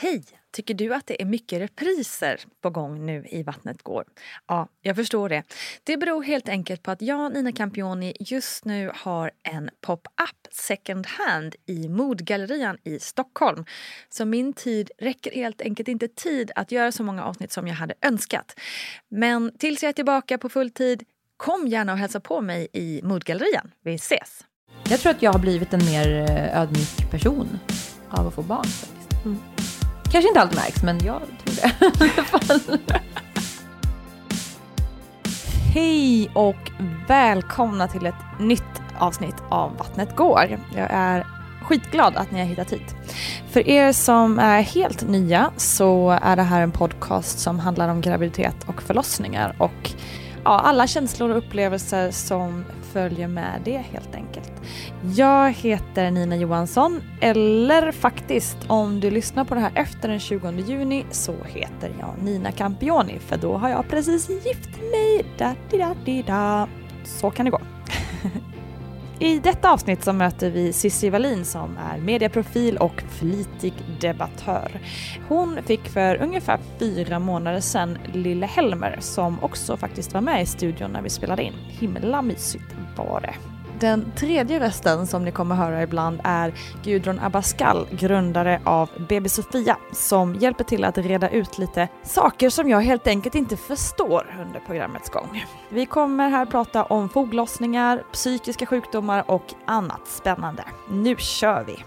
Hej! Tycker du att det är mycket repriser på gång nu i Vattnet går? Ja, jag förstår det. Det beror helt enkelt på att jag, Nina Campioni, just nu har en pop-up second hand i Modgallerian i Stockholm. Så min tid räcker helt enkelt inte tid att göra så många avsnitt som jag hade önskat. Men tills jag är tillbaka på full tid, kom gärna och hälsa på mig i Modgallerian. Vi ses! Jag tror att jag har blivit en mer ödmjuk person av att få barn faktiskt. Mm. Kanske inte alltid märks, men jag tror det i alla fall. Hej och välkomna till ett nytt avsnitt av Vattnet går. Jag är skitglad att ni har hittat hit. För er som är helt nya så är det här en podcast som handlar om graviditet och förlossningar och alla känslor och upplevelser som följer med det helt enkelt. Jag heter Nina Johansson, eller faktiskt om du lyssnar på det här efter den 20 juni så heter jag Nina Campioni, för då har jag precis gift mig. Da. Så kan det gå. I detta avsnitt så möter vi Cissi Wallin som är medieprofil och flitig debattör. Hon fick för ungefär 4 månader sedan Lille Helmer som också faktiskt var med i studion när vi spelade in. Himla mysigt var det. Den tredje rösten som ni kommer höra ibland är Gudrun Abascal, grundare av BB Sofia, som hjälper till att reda ut lite saker som jag helt enkelt inte förstår under programmets gång. Vi kommer här prata om foglossningar, psykiska sjukdomar och annat spännande. Nu kör vi!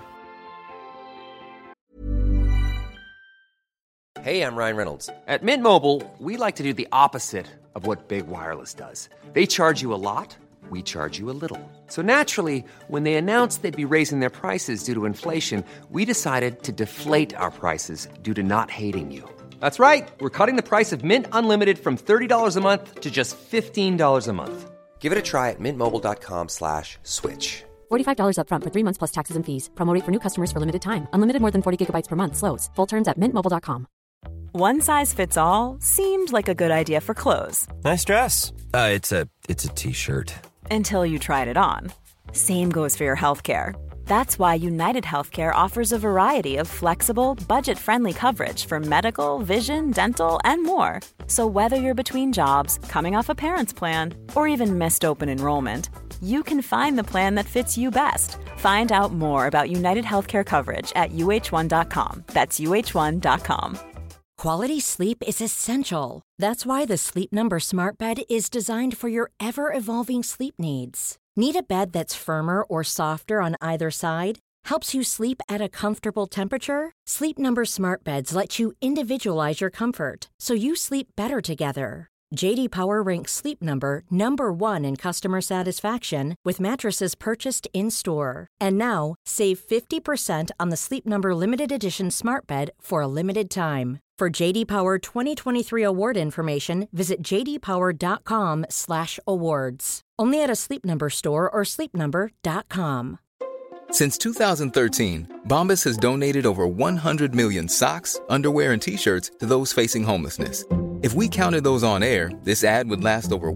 Hey, I'm Ryan Reynolds. At Mint Mobile, we like to do the opposite of what Big Wireless does. They charge you a lot. We charge you a little. So naturally, when they announced they'd be raising their prices due to inflation, we decided to deflate our prices due to not hating you. That's right. We're cutting the price of Mint Unlimited from $30 a month to just $15 a month. Give it a try at mintmobile.com/switch. $45 up front for 3 months plus taxes and fees. Promo rate for new customers for limited time. Unlimited more than 40 gigabytes per month. Slows full terms at mintmobile.com. One size fits all seemed like a good idea for clothes. Nice dress. It's a t-shirt. Until you tried it on. Same goes for your healthcare. That's why United Healthcare offers a variety of flexible, budget-friendly coverage for medical, vision, dental, and more. So whether you're between jobs, coming off a parent's plan, or even missed open enrollment, you can find the plan that fits you best. Find out more about United Healthcare coverage at uh1.com. That's uh1.com. Quality sleep is essential. That's why the Sleep Number Smart Bed is designed for your ever-evolving sleep needs. Need a bed that's firmer or softer on either side? Helps you sleep at a comfortable temperature? Sleep Number Smart Beds let you individualize your comfort, so you sleep better together. JD Power ranks Sleep Number #1 in customer satisfaction with mattresses purchased in-store. And now, save 50% on the Sleep Number Limited Edition Smart Bed for a limited time. For JD Power 2023 award information, visit jdpower.com/awards. Only at a Sleep Number store or sleepnumber.com. Since 2013, Bombas has donated over 100 million socks, underwear, and T-shirts to those facing homelessness. If we counted those on air, this ad would last over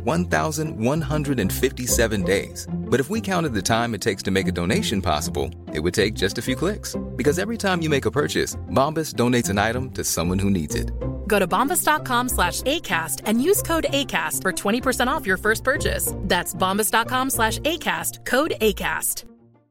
1,157 days. But if we counted the time it takes to make a donation possible, it would take just a few clicks. Because every time you make a purchase, Bombas donates an item to someone who needs it. Go to bombas.com/ACAST and use code ACAST for 20% off your first purchase. That's bombas.com/ACAST, code ACAST.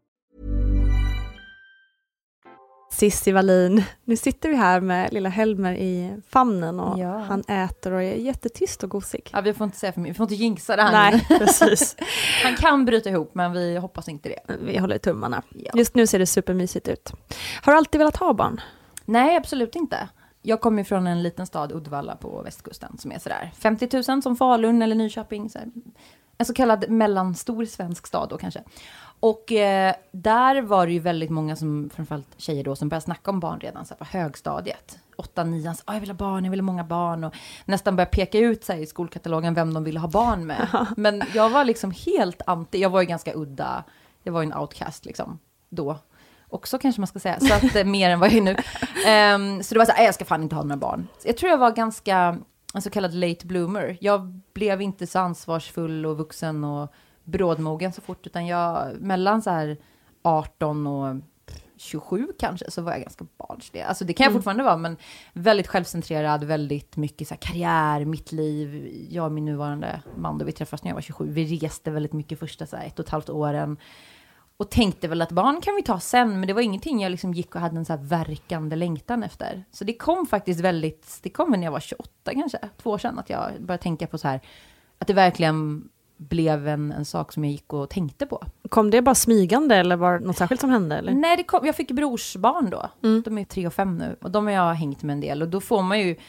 Cissi Wallin, nu sitter vi här med lilla Helmer i famnen och han äter och är jättetyst och gosig. Ja, vi får inte säga för mycket, vi får inte jinxa det här. Nej, precis. Han kan bryta ihop, men vi hoppas inte det. Vi håller tummarna. Ja. Just nu ser det supermysigt ut. Har du alltid velat ha barn? Nej, absolut inte. Jag kommer från en liten stad, Uddevalla på västkusten, som är sådär 50 000 som Falun eller Nyköping. Sådär. En så kallad mellanstor svensk stad då kanske. Och där var det ju väldigt många som, framförallt tjejer då, som började snacka om barn redan så på högstadiet. 8-9, jag vill ha barn, jag vill ha många barn. Och nästan började peka ut sig i skolkatalogen vem de ville ha barn med. Men jag var liksom helt anti, jag var ju ganska udda, jag var ju en outcast liksom då. Också kanske man ska säga, så att mer än vad jag är nu. Så det var så här, jag ska fan inte ha några barn. Så jag tror jag var ganska en så kallad late bloomer. Jag blev inte så ansvarsfull och vuxen och brådmogen så fort, utan jag mellan så här 18 och 27 kanske, så var jag ganska barnslig. Alltså det kan jag fortfarande vara, men väldigt självcentrerad, väldigt mycket så här karriär, mitt liv. Jag och min nuvarande man, då vi träffades när jag var 27. Vi reste väldigt mycket första 1,5 åren. Och tänkte väl att barn kan vi ta sen, men det var ingenting jag liksom gick och hade en så här verkande längtan efter. Så det kom faktiskt det kom när jag var 28 kanske, 2 år sedan, att jag började tänka på så här, att det verkligen blev en sak som jag gick och tänkte på. Kom det bara smygande eller var det något särskilt som hände? Eller? Nej, jag fick brorsbarn då. De är 3 och 5 nu. Och de har jag hängt med en del. Och då får man ju,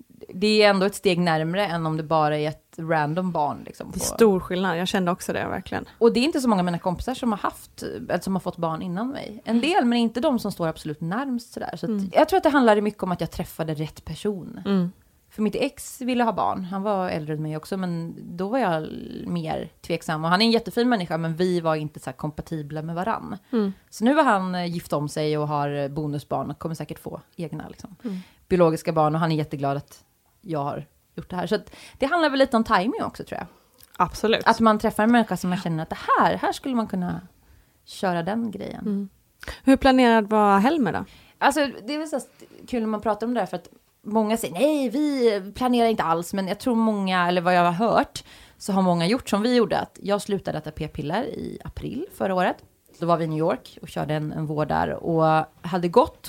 det är ändå ett steg närmare än om det bara är ett random barn. Liksom, det är stor skillnad, jag kände också det verkligen. Och det är inte så många av mina kompisar som har fått barn innan mig. En del, men inte de som står absolut närmst sådär. Så att, jag tror att det handlar mycket om att jag träffade rätt person. För mitt ex ville ha barn. Han var äldre än mig också, men då var jag mer tveksam. Och han är en jättefin människa, men vi var inte så här kompatibla med varann. Så nu har han gift om sig och har bonusbarn och kommer säkert få egna liksom, biologiska barn. Och han är jätteglad att jag har gjort det här. Så att det handlar väl lite om timing också, tror jag. Absolut. Att man träffar en människa som man känner att här skulle man kunna köra den grejen. Hur planerad var Helmer då? Alltså, det är väl så kul när man pratar om det här, för att många säger, nej, vi planerar inte alls. Men jag tror många, eller vad jag har hört, så har många gjort som vi gjorde. Att jag slutade äta p-piller i april förra året. Då var vi i New York och körde en vård där. Och hade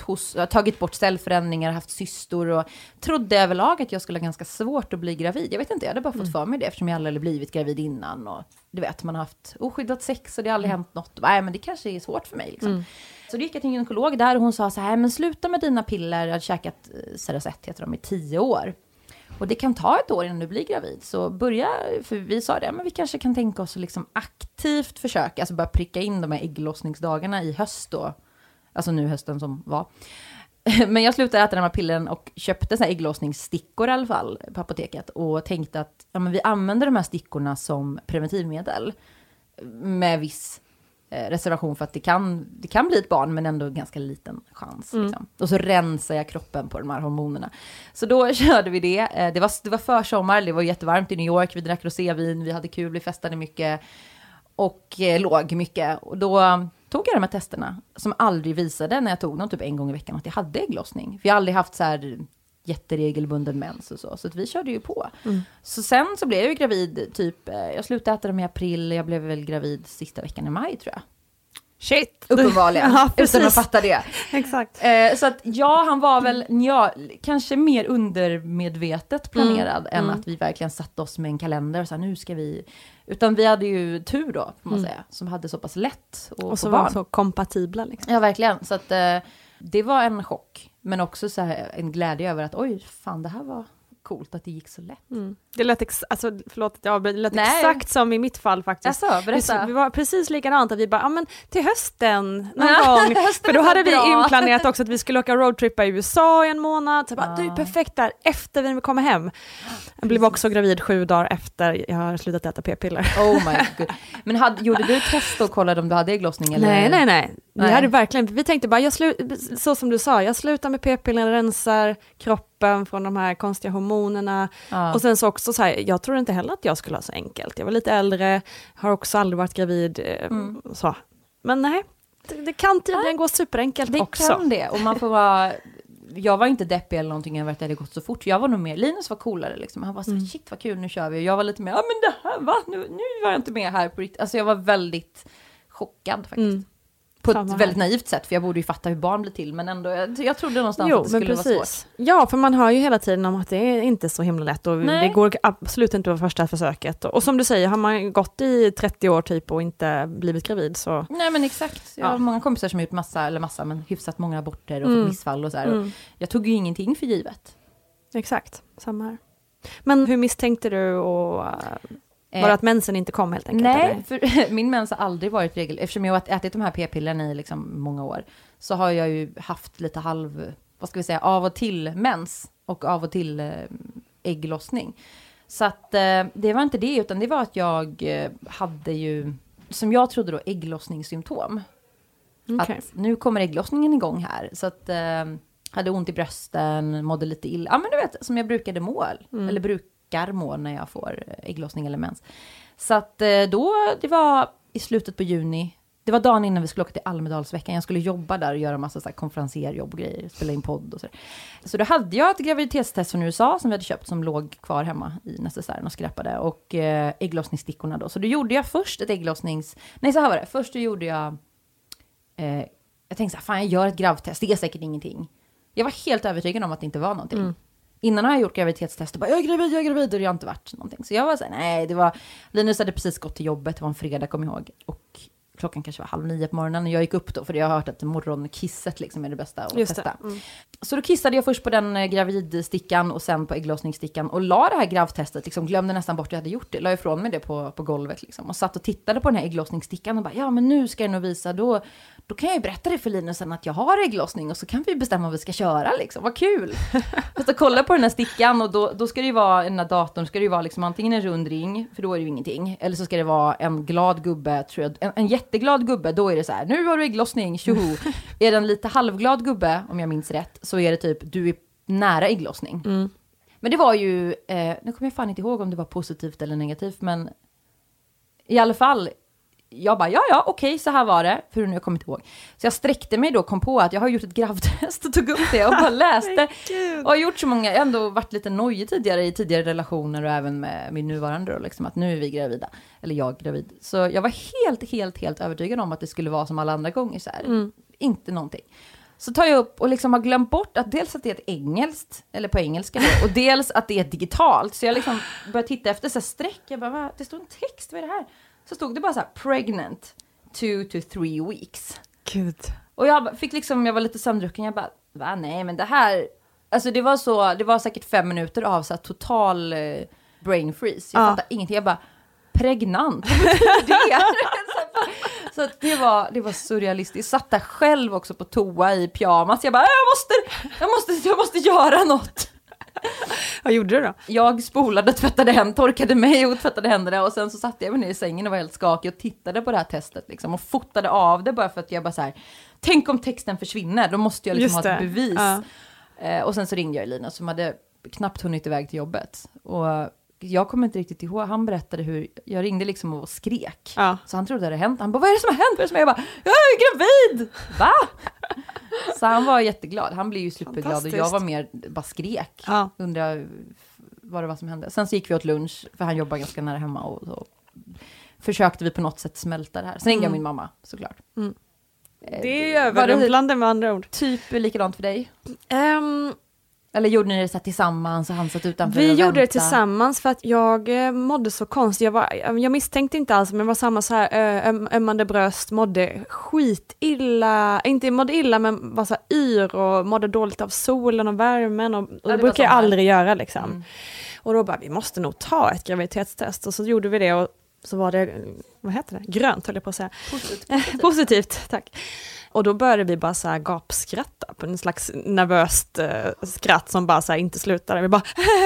tagit bort cellförändringar, haft cystor. Och trodde överlag att jag skulle ha ganska svårt att bli gravid. Jag vet inte, jag hade bara fått för mig det. Eftersom jag aldrig hade blivit gravid innan. Och du vet, man har haft oskyddat sex och det har aldrig hänt något. Nej, men det kanske är svårt för mig liksom. Så då gick jag till en gynekolog där och hon sa så här, men sluta med dina piller. Jag hade käkat Cerazett, heter de, i 10 år. Och det kan ta 1 år innan du blir gravid. Så börja, för vi sa det, men vi kanske kan tänka oss att liksom aktivt försöka. Alltså bara pricka in de här ägglossningsdagarna i höst då. Alltså nu hösten som var. Men jag slutade äta de här pillen och köpte så här ägglossningsstickor i alla fall på apoteket. Och tänkte att men vi använder de här stickorna som preventivmedel. Med viss reservation för att det kan bli ett barn, men ändå ganska liten chans. Liksom. Och så rensar jag kroppen på de här hormonerna. Så då körde vi det. Det var försommar, det var jättevarmt i New York. Vi drack rosévin, vi hade kul, vi festade mycket. Och låg mycket. Och då tog jag de här testerna som aldrig visade när jag tog dem typ 1 gång i veckan att jag hade ägglossning. För jag har aldrig haft så här jätteregelbunden mens och så. Så att vi körde ju på. Så sen så blev jag ju gravid typ, jag slutade äta dem i april. Jag blev väl gravid sista veckan i maj, tror jag. Shit! Uppenbarligen, ja, utan att fatta det. Exakt. Så att han var väl kanske mer undermedvetet planerad än att vi verkligen satt oss med en kalender och sa nu ska vi. Utan vi hade ju tur då, får man säga, som hade så pass lätt och så var så kompatibla liksom. Ja, verkligen. Så att det var en chock, men också så här, en glädje över att oj, fan, det här var coolt att det gick så lätt. Det lät exakt som i mitt fall faktiskt. Alltså, vi var precis likadant att vi bara, men till hösten någon gång. För då hade vi inplanerat också att vi skulle åka roadtrippa i USA i 1 månad. Så bara, du är perfekt där efter vi kommer hem. Jag blev också gravid 7 dagar efter jag har slutat äta p-piller. Oh my god. Men gjorde du ett test och kollade om du hade ägglossning? Eller? Nej. Vi tänkte bara, så som du sa, jag slutar med p-piller, rensar kroppen från de här konstiga hormonerna. Och sen så också så här, jag tror inte heller att jag skulle ha så enkelt. Jag var lite äldre, har också aldrig varit gravid. Så. Men nej, det kan tydligen gå superenkelt också. Det kan det, och man får vara. Jag var inte deppig eller någonting över att det hade gått så fort. Jag var nog mer, Linus var coolare liksom. Han var så shit vad kul, nu kör vi. Och jag var lite mer, men det här, va? Nu var jag inte med här på riktigt. Alltså jag var väldigt chockad faktiskt. På ett väldigt naivt sätt, för jag borde ju fatta hur barn blir till. Men ändå, jag trodde någonstans att det skulle vara svårt. Ja, för man hör ju hela tiden om att det är inte så himla lätt. Och det går absolut inte på första försöket. Och som du säger, har man gått i 30 år typ och inte blivit gravid så. Nej, men exakt. Jag har många kompisar som har gjort men hyfsat många aborter och fått missfall och så här. Och jag tog ju ingenting för givet. Exakt, samma här. Men hur misstänkte du och var det att mensen inte kom helt enkelt? Nej, eller? för min mens har aldrig varit regel. Eftersom jag har ätit de här p-pillerna i liksom många år, så har jag ju haft lite av och till mens och av och till ägglossning. Så att det var inte det, utan det var att jag hade ju, som jag trodde då, ägglossningssymptom. Okay. Att nu kommer ägglossningen igång här. Så att hade ont i brösten, mådde lite illa. Ja, men du vet, som jag brukade må. Eller brukar må när jag får ägglossning eller mens. Så att det var i slutet på juni. Det var dagen innan vi skulle åka till Almedalsveckan. Jag skulle jobba där och göra massa så här konferenserjobb och grejer. Spela in podd och så där. Så då hade jag ett graviditetstest från USA som vi hade köpt som låg kvar hemma i necessären och skräpade. Och ägglossningsstickorna då. Så då gjorde jag först ett Nej, så här var det. Först då gjorde jag... jag tänkte så här, fan jag gör ett gravtest. Det är säkert ingenting. Jag var helt övertygad om att det inte var någonting. Innan har jag gjort graviditetstest och bara, jag är gravid och det har inte varit någonting. Så jag var så här, nej, det var... Linus hade precis gått till jobbet, det var en fredag, kom jag ihåg. Och klockan kanske var 8:30 på morgonen och jag gick upp då, för jag har hört att morgonkisset liksom är det bästa att testa. Så då kissade jag först på den gravidstickan och sen på ägglossningsstickan och la det här gravtestet, liksom glömde nästan bort att jag hade gjort det. La ifrån mig det på golvet liksom och satt och tittade på den här ägglossningsstickan och bara, ja men nu ska jag nog visa, då kan jag ju berätta det för Linus sen att jag har ägglossning och så kan vi bestämma om vi ska köra liksom, vad kul! Så kolla på den här stickan och då ska det ju vara, den här datorn ska det ju vara liksom antingen en rund ring, för då är det ju ingenting, eller så ska det vara en glad gubbe, tror jag, en jätteglad gubbe, då är det så här, nu har du ägglossning, tjoho! Är det en lite halvglad gubbe, om jag minns rätt, så är det typ, du är nära ägglossning. Men det var ju, nu kommer jag fan inte ihåg om det var positivt eller negativt, men i alla fall, jag bara, ja, okej, så här var det, för nu har jag kommit ihåg. Så jag sträckte mig då och kom på att jag har gjort ett gravtest och tog upp det och bara läste. Och har gjort så många, jag har ändå varit lite nojig i tidigare relationer och även med min nuvarande då, liksom, att nu är vi gravida, eller jag gravid. Så jag var helt övertygad om att det skulle vara som alla andra gånger så här. Inte någonting. Så tar jag upp och liksom har glömt bort att dels att det är ett engelskt, eller på engelska då, och dels att det är digitalt. Så jag liksom börjar titta efter så här streck, jag bara, det står en text, vad är det här? Så stod det bara så här, pregnant 2 to 3 weeks. Gud. Och jag fick liksom, jag var lite sömndrucken, jag bara, va, nej men det här, alltså det var säkert 5 minuter av så här total brain freeze. Jag fattade ingenting, jag bara, pregnant, det så det var surrealistiskt. Jag satt där själv också på toa i pyjamas, jag bara, jag måste göra något. Vad gjorde du då? Jag spolade, tvättade händerna, torkade mig och tvättade händerna och sen så satt jag mig ner i sängen och var helt skakig och tittade på det här testet liksom, och fotade av det bara för att jag bara så här, tänk om texten försvinner, då måste jag liksom ha ett bevis. Och sen så ringde jag Elina som hade knappt hunnit iväg till jobbet och jag kommer inte riktigt ihåg, han berättade hur jag ringde liksom och skrek. Så han trodde det hade hänt. Han bara, vad är det som har hänt? Jag bara, jag är gravid! Va? Så han var jätteglad. Han blev ju superglad och jag var mer bara skrek. Undrar vad det var som hände. Sen så gick vi åt lunch, för han jobbar ganska nära hemma och så försökte vi på något sätt smälta det här. Sen ringde jag min mamma, såklart. Det är överrumplande med andra ord. Typ likadant för dig? Eller gjorde ni det så tillsammans och han satt utanför? Vi gjorde det tillsammans för att jag mådde så konstigt. Jag misstänkte inte alls, men det var samma så här ömmande bröst, mådde skitilla. Inte mådde illa, men var så här yr och mådde dåligt av solen och värmen. Och det brukar jag aldrig göra liksom. Och då bara, vi måste nog ta ett graviditetstest. Och så gjorde vi det och så var det, vad heter det? Grönt höll jag på att säga. Positivt, tack. Och då började vi bara så här gapskratta på en slags nervöst skratt som bara så här inte slutade. Vi bara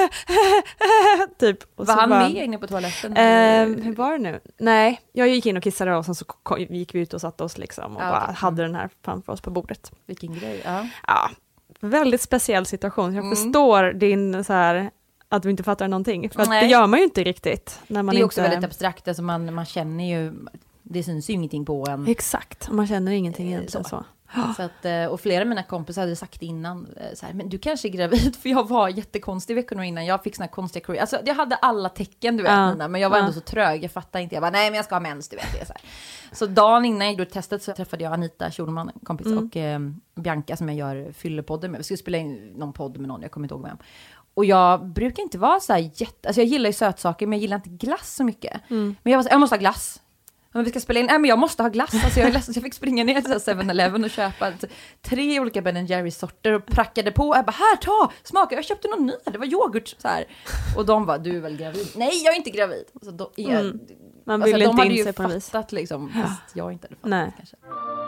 typ. Och var så han bara, med inne på toaletten? Hur var det nu? Nej, jag gick in och kissade och sen så gick vi ut och satte oss liksom och bara hade den här framför oss på bordet. Vilken grej, Ja, väldigt speciell situation. Jag förstår din så här att vi inte fattar någonting. För att det gör man ju inte riktigt. När man det är inte... också väldigt abstrakt. Alltså man känner ju, det syns ju ingenting på en. Exakt, man känner ingenting egentligen så. Så att, och flera av mina kompisar hade sagt innan så här, men du kanske är gravid, för jag var jättekonstig veckorna innan. Jag fick såna här konstiga career. Alltså jag hade alla tecken, du vet, Nina, men jag var ändå så trög, jag fattade inte. Jag bara, nej men jag ska ha mens, du vet det. Så dagen innan jag gjorde testet så träffade jag Anita Schulman, kompis, och Bianca som jag gör fyllepodden med. Vi skulle spela in någon podd med någon, jag kommer inte ihåg vem. Och jag brukar inte vara så här alltså jag gillar ju sötsaker, men jag gillar inte glass så mycket. Men jag måste ha glass. Men vi ska spela in, men jag måste ha glass. Alltså jag är ledsen, så jag fick springa ner till 7-Eleven och köpa 3 olika Ben & Jerry's sorter och prackade på. Jag bara, här, smaka. Jag köpte någon ny, det var yoghurt så här. Och de bara, du är väl gravid? Nej, jag är inte gravid. Alltså, man vill alltså, inte inse på en vis. De hade ju fattat liksom, fast jag inte hade fattat kanske.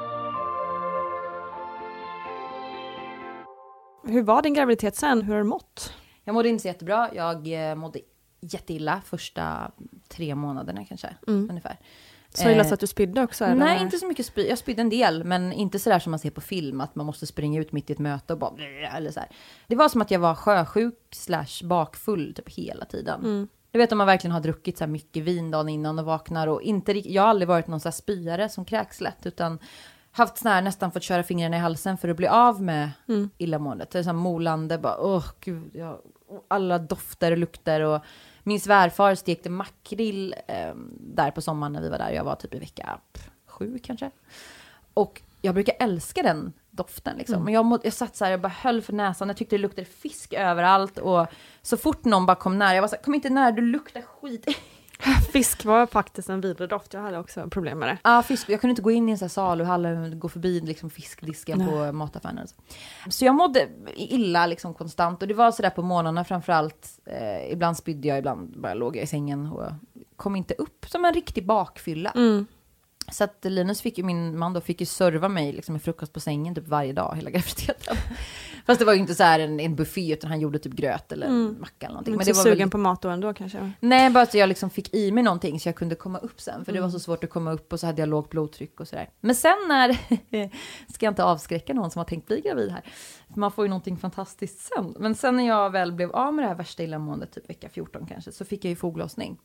Hur var din graviditet sen? Hur har du mått? Jag mådde inte så jättebra. Jag mådde jätteilla första 3 månaderna kanske, ungefär. Så illa så att du spydde också? Eller? Nej, inte så mycket jag spydde en del, men inte så där som man ser på film, att man måste springa ut mitt i ett möte och bara, eller så här. Det var som att jag var sjösjuk / bakfull typ hela tiden. Du vet om man verkligen har druckit så här mycket vin dagen innan och vaknar och inte, jag har aldrig varit någon så här spyare som kräks lätt, utan haft sån här, nästan fått köra fingrarna i halsen för att bli av med illamåendet. Det är så här molande, bara gud, alla dofter och lukter. Och min svärfar stekte makrill där på sommaren när vi var där. Jag var typ i vecka 7 kanske. Och jag brukar älska den doften liksom. Men jag satt så här, jag bara höll för näsan. Jag tyckte det luktade fisk överallt. Och så fort någon bara kom nära, jag var så här, kom inte nära, du luktar skit. Fisk var faktiskt en vidrig doft. Jag hade också problem med det. Ja, fisk. Jag kunde inte gå in i en sån här saluhall och gå förbi liksom fiskdisken på mataffären. Så jag mådde illa liksom konstant. Och det var så där på morgnarna framförallt. Ibland spydde jag, ibland bara låg jag i sängen och kom inte upp som en riktig bakfylla. Så att Linus min man fick ju serva mig liksom med frukost på sängen typ varje dag hela graviditeten. Fast det var ju inte så här en buffé, utan han gjorde typ gröt eller macka eller någonting. Men det var sugen på mat då ändå kanske? Nej, bara att jag liksom fick i mig någonting så jag kunde komma upp sen. För det var så svårt att komma upp och så hade jag lågt blodtryck och sådär. Men sen när, ska jag inte avskräcka någon som har tänkt bli gravid här. För man får ju någonting fantastiskt sen. Men sen när jag väl blev av med det här värsta illamåendet, typ vecka 14 kanske, så fick jag ju foglossning.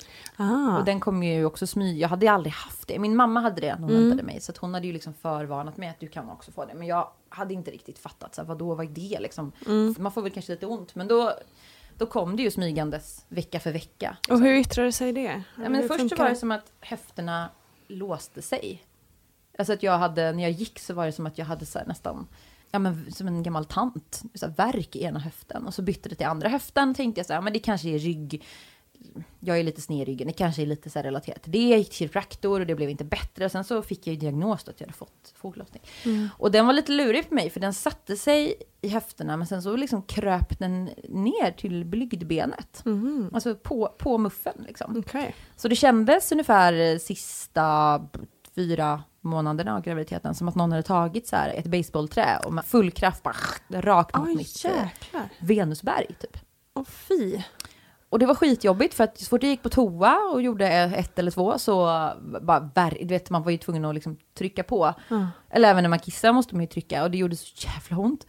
Och den kom ju också jag hade ju aldrig haft det. Min mamma hade det när hon väntade mig. Så att hon hade ju liksom förvarnat mig att du kan också få det. Men jag hade inte riktigt fattat så här, vad är det liksom. Man får väl kanske lite ont. Men då kom det ju smygandes vecka för vecka. Liksom. Och hur yttrade sig det? Ja, men först så var det som att höfterna låste sig. Alltså att när jag gick så var det som att jag hade så här, nästan som en gammal tant. Så här, värk i ena höften. Och så bytte det till andra höften. Tänkte jag så här, men det kanske är rygg. Jag är lite sned i ryggen. Det kanske är lite så här relaterat till det. Jag gick till kiropraktor och det blev inte bättre. Och sen så fick jag ju diagnos att jag hade fått foglossning. Och den var lite lurig för mig. För den satte sig i höfterna. Men sen så liksom kröp den ner till blygdbenet. Alltså på muffen liksom. Okay. Så det kändes ungefär sista 4 månaderna av graviditeten som att någon hade tagit så här ett baseballträ och med full kraft bara rakt mot mitt venusberg typ. Fy. Och det var skitjobbigt för att så fort jag gick på toa och gjorde 1 eller 2 så bara du vet, man var ju tvungen att liksom trycka på. Eller även när man kissar måste man ju trycka och det gjorde så jävla ont.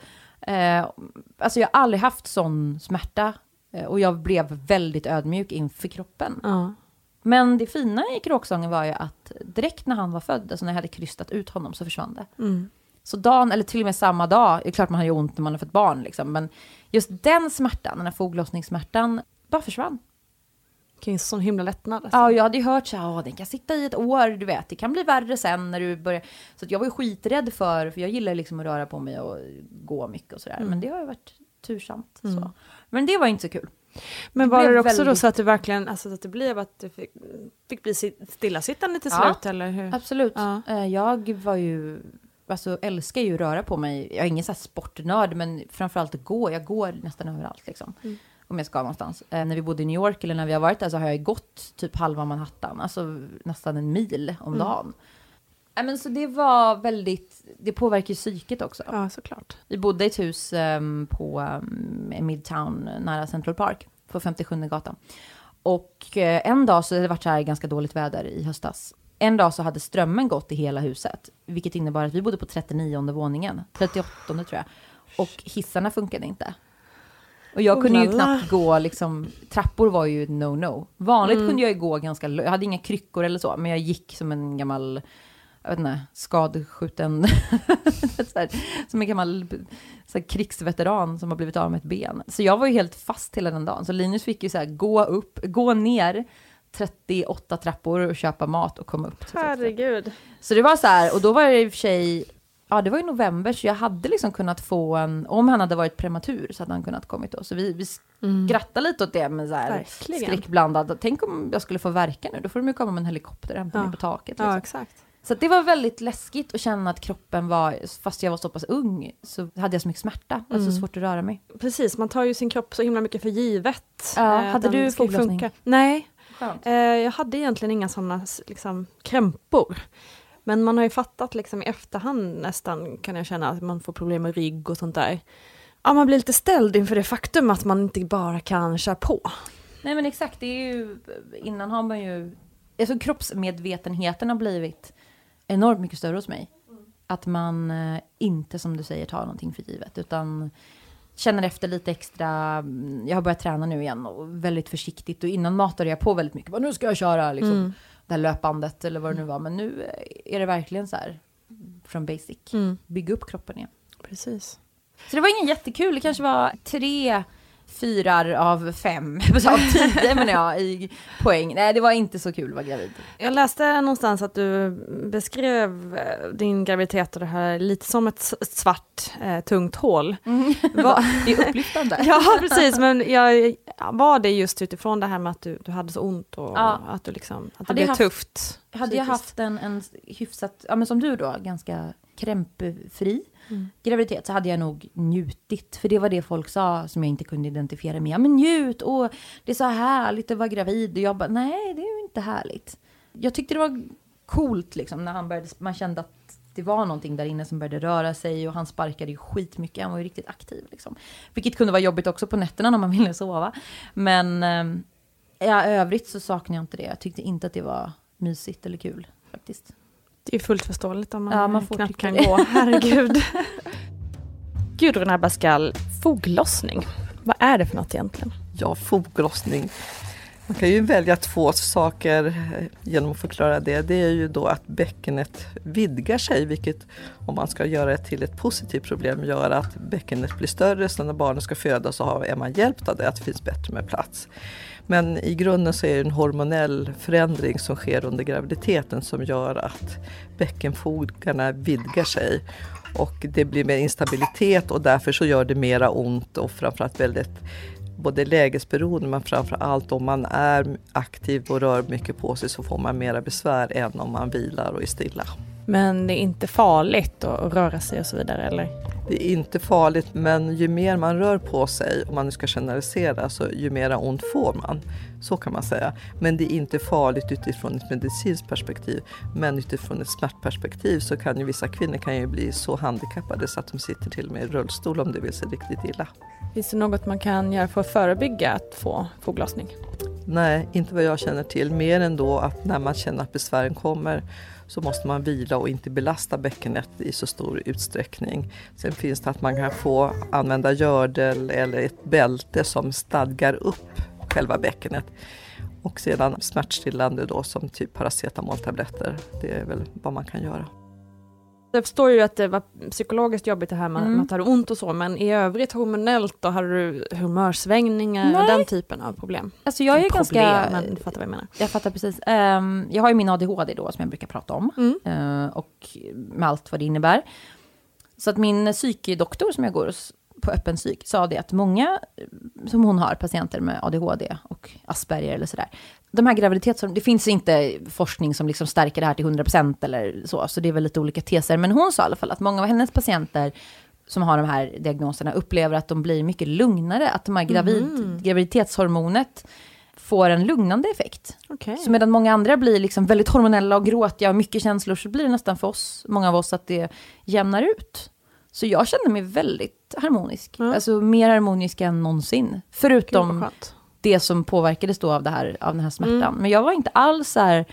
Alltså jag har aldrig haft sån smärta och jag blev väldigt ödmjuk inför kroppen. Men det fina i kråksången var ju att direkt när han var född, alltså när jag hade krystat ut honom så försvann det. Så dagen, eller till och med samma dag, det är klart man har ju ont när man har fått barn liksom, men just den smärtan, den här foglossningssmärtan bara försvann. Vilken sån himla lättnad. Alltså. Ja, jag hade ju hört så här, den kan sitta i 1 år, du vet. Det kan bli värre sen när du börjar. Så att jag var ju skiträdd för jag gillar liksom att röra på mig och gå mycket och sådär. Men det har ju varit tursamt. Så. Men det var inte så kul. Men var det också då så att det verkligen, alltså att det blev att du fick bli stillasittande till slut, eller hur? Absolut. Jag var ju, alltså älskar ju att röra på mig. Jag är ingen så här sportnörd, men framförallt att gå. Jag går nästan överallt liksom. Om jag ska någonstans. När vi bodde i New York eller när vi har varit där så har jag gått typ halva Manhattan. Alltså nästan 1 mil om dagen. Men så det var väldigt, det påverkar ju psyket också. Ja, såklart. Vi bodde i ett hus på Midtown nära Central Park på 57 gatan. Och en dag så det varit så här ganska dåligt väder i höstas. En dag så hade strömmen gått i hela huset. Vilket innebar att vi bodde på 39:e våningen. 38:e tror jag. Och hissarna funkade inte. Och jag kunde ju knappt gå, liksom, trappor var ju no. Vanligt kunde jag ju gå ganska, jag hade inga kryckor eller så, men jag gick som en gammal, jag vet inte, skadskjuten, så här, som en gammal så här, krigsveteran som har blivit av med ett ben. Så jag var ju helt fast hela den dagen. Så Linus fick ju så här, gå ner 38 trappor och köpa mat och komma upp. Herregud. Så det var så här, och då var det i och för sig, ja, det var i november, så jag hade liksom kunnat få om han hade varit prematur så hade han kunnat kommit då. Så vi skrattade lite åt det med så här skräckblandad. Tänk om jag skulle få verka nu, då får de ju komma med en helikopter och hämta mig på taket. Liksom. Ja, exakt. Så det var väldigt läskigt att känna att kroppen var, fast jag var så pass ung, så hade jag så mycket smärta. Det var så svårt att röra mig. Precis, man tar ju sin kropp så himla mycket för givet. Ja, hade du foglossning? Nej, jag hade egentligen inga sådana liksom, krämpor. Men man har ju fattat liksom i efterhand nästan, kan jag känna, att man får problem med rygg och sånt där. Ja, man blir lite ställd inför det faktum att man inte bara kan köra på. Nej, men exakt, det är ju, innan har man ju, alltså kroppsmedvetenheten har blivit enormt mycket större hos mig. Att man inte, som du säger, tar någonting för givet, utan känner efter lite extra. Jag har börjat träna nu igen och väldigt försiktigt. Och innan matade jag på väldigt mycket. Nu ska jag köra liksom, det här löpbandet eller vad det nu var. Men nu är det verkligen så här från basic. Bygga upp kroppen igen. Precis. Så det var ingen jättekul. Det kanske var 3/4 av 5 av 10 menar jag i poäng. Nej, det var inte så kul att vara gravid. Jag läste någonstans att du beskrev din graviditet och det här lite som ett svart, tungt hål. Det är upplyftande. Ja, precis. Men var det just utifrån det här med att du hade så ont och att du liksom, att det blev tufft? Hade jag haft en hyfsat, men som du då, ganska krämpfri graviditet så hade jag nog njutit. För det var det folk sa som jag inte kunde identifiera med. Ja, men njut, och det är så härligt att vara gravid. Och jag bara, nej det är ju inte härligt. Jag tyckte det var coolt liksom, när man kände att det var någonting där inne som började röra sig. Och han sparkade ju skitmycket, han var ju riktigt aktiv liksom. Vilket kunde vara jobbigt också på nätterna när man ville sova. Men övrigt så saknar jag inte det. Jag tyckte inte att det var mysigt eller kul faktiskt. Det är fullt förståeligt om man knappt kan det. gå. Herregud. Gudrun Abascal, foglossning. Vad är det för något egentligen? Ja, foglossning. Man kan ju välja 2 saker genom att förklara det. Det är ju då att bäckenet vidgar sig, vilket om man ska göra det till ett positivt problem gör att bäckenet blir större, så när barnen ska födas så är man hjälpt av det, att det finns bättre med plats. Men i grunden så är det en hormonell förändring som sker under graviditeten som gör att bäckenfogarna vidgar sig. Och det blir mer instabilitet och därför så gör det mera ont och framförallt väldigt både lägesberoende, men framförallt om man är aktiv och rör mycket på sig så får man mera besvär än om man vilar och är stilla. Men det är inte farligt att röra sig och så vidare, eller? Det är inte farligt, men ju mer man rör på sig, om man nu ska generalisera, så ju mera ont får man. Så kan man säga. Men det är inte farligt utifrån ett medicinskt perspektiv. Men utifrån ett smärtperspektiv så kan ju vissa kvinnor kan ju bli så handikappade så att de sitter till och med i rullstol om det vill sig riktigt illa. Finns det något man kan göra för att förebygga att få foglossning? Nej, inte vad jag känner till. Mer än då att när man känner att besvären kommer så måste man vila och inte belasta bäckenet i så stor utsträckning. Sen finns det att man kan få använda gördel eller ett bälte som stadgar upp själva bäckenet. Och sedan smärtstillande då som typ paracetamoltabletter. Det är väl vad man kan göra. Jag förstår ju att det var psykologiskt jobbigt det här med att ha ont och så, men i övrigt hormonellt då har du humörsvängningar och den typen av problem? Alltså jag är ganska... Men du fattar vad jag menar. Jag fattar precis. Jag har ju min ADHD då som jag brukar prata om och med allt vad det innebär. Så att min psykedoktor som jag går hos på öppen psyk sa det att många som hon har patienter med ADHD och Asperger eller sådär. De här graviditetshormonerna, det finns inte forskning som liksom stärker det här till 100% eller så det är väl lite olika teser. Men hon sa i alla fall att många av hennes patienter som har de här diagnoserna upplever att de blir mycket lugnare. Att de här graviditetshormonet får en lugnande effekt. Okay. Så medan många andra blir liksom väldigt hormonella och gråtiga och mycket känslor så blir det nästan för oss, många av oss, att det jämnar ut. Så jag kände mig väldigt harmonisk. Alltså mer harmonisk än någonsin. Förutom det som påverkades då av den här smärtan. Men jag var inte alls så här...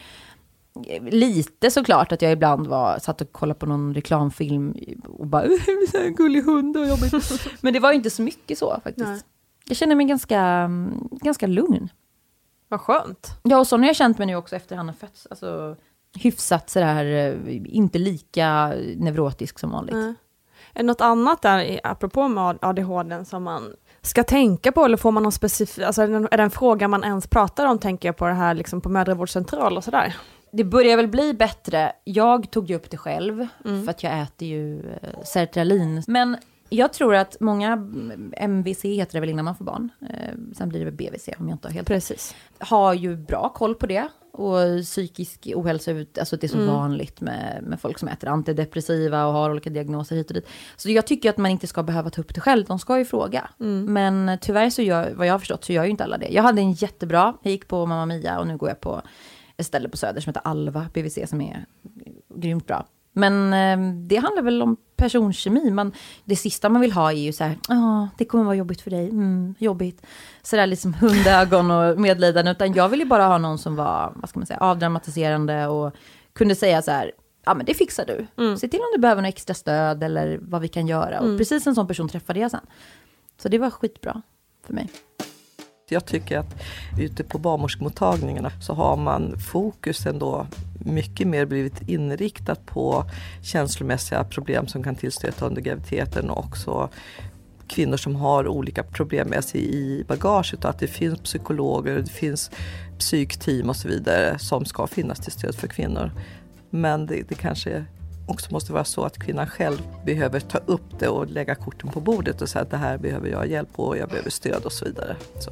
Lite såklart att jag ibland satt och kollade på någon reklamfilm och bara, så en gullig hund och jobbigt. Men det var inte så mycket så faktiskt. Nej. Jag känner mig ganska lugn. Vad skönt. Ja, och så har jag känt mig nu också efter han har fötts. Alltså hyfsat sådär, inte lika neurotisk som vanligt. Är det något annat där, apropå med ADHD, som man ska tänka på? Eller får man någon specifik, alltså är det en fråga man ens pratar om, tänker jag på det här liksom på mödravårdscentral och sådär? Det börjar väl bli bättre. Jag tog ju upp det själv för att jag äter ju sertralin. Men jag tror att många, MVC heter det väl innan man får barn. Sen blir det väl BVC om jag inte har helt precis. Har ju bra koll på det. Och psykisk ohälsa, alltså det är så vanligt med folk som äter antidepressiva och har olika diagnoser hit och dit. Så jag tycker att man inte ska behöva ta upp det själv, de ska ju fråga. Men tyvärr så vad jag har förstått så gör ju inte alla det. Jag hade en jättebra, jag gick på Mamma Mia och nu går jag på ett ställe på Söder som heter Alva BVC som är grymt bra. Men det handlar väl om personkemi. Det sista man vill ha är ju så här, det kommer vara jobbigt för dig. Jobbigt. Så där liksom hundögon och medlidande. Utan jag vill ju bara ha någon som var, vad ska man säga, avdramatiserande och kunde säga så här, ja men det fixar du. Se till om du behöver något extra stöd eller vad vi kan göra. Och precis en sån person träffade jag sen. Så det var skitbra för mig. Jag tycker att ute på barnmorskemottagningarna så har man fokus ändå mycket mer blivit inriktat på känslomässiga problem som kan tillstöta under graviditeten och också kvinnor som har olika problem med sig i bagaget och att det finns psykologer, det finns psykteam och så vidare som ska finnas till stöd för kvinnor. Men det kanske också måste vara så att kvinnan själv behöver ta upp det och lägga korten på bordet och säga att det här behöver jag hjälp och jag behöver stöd och så vidare. Så.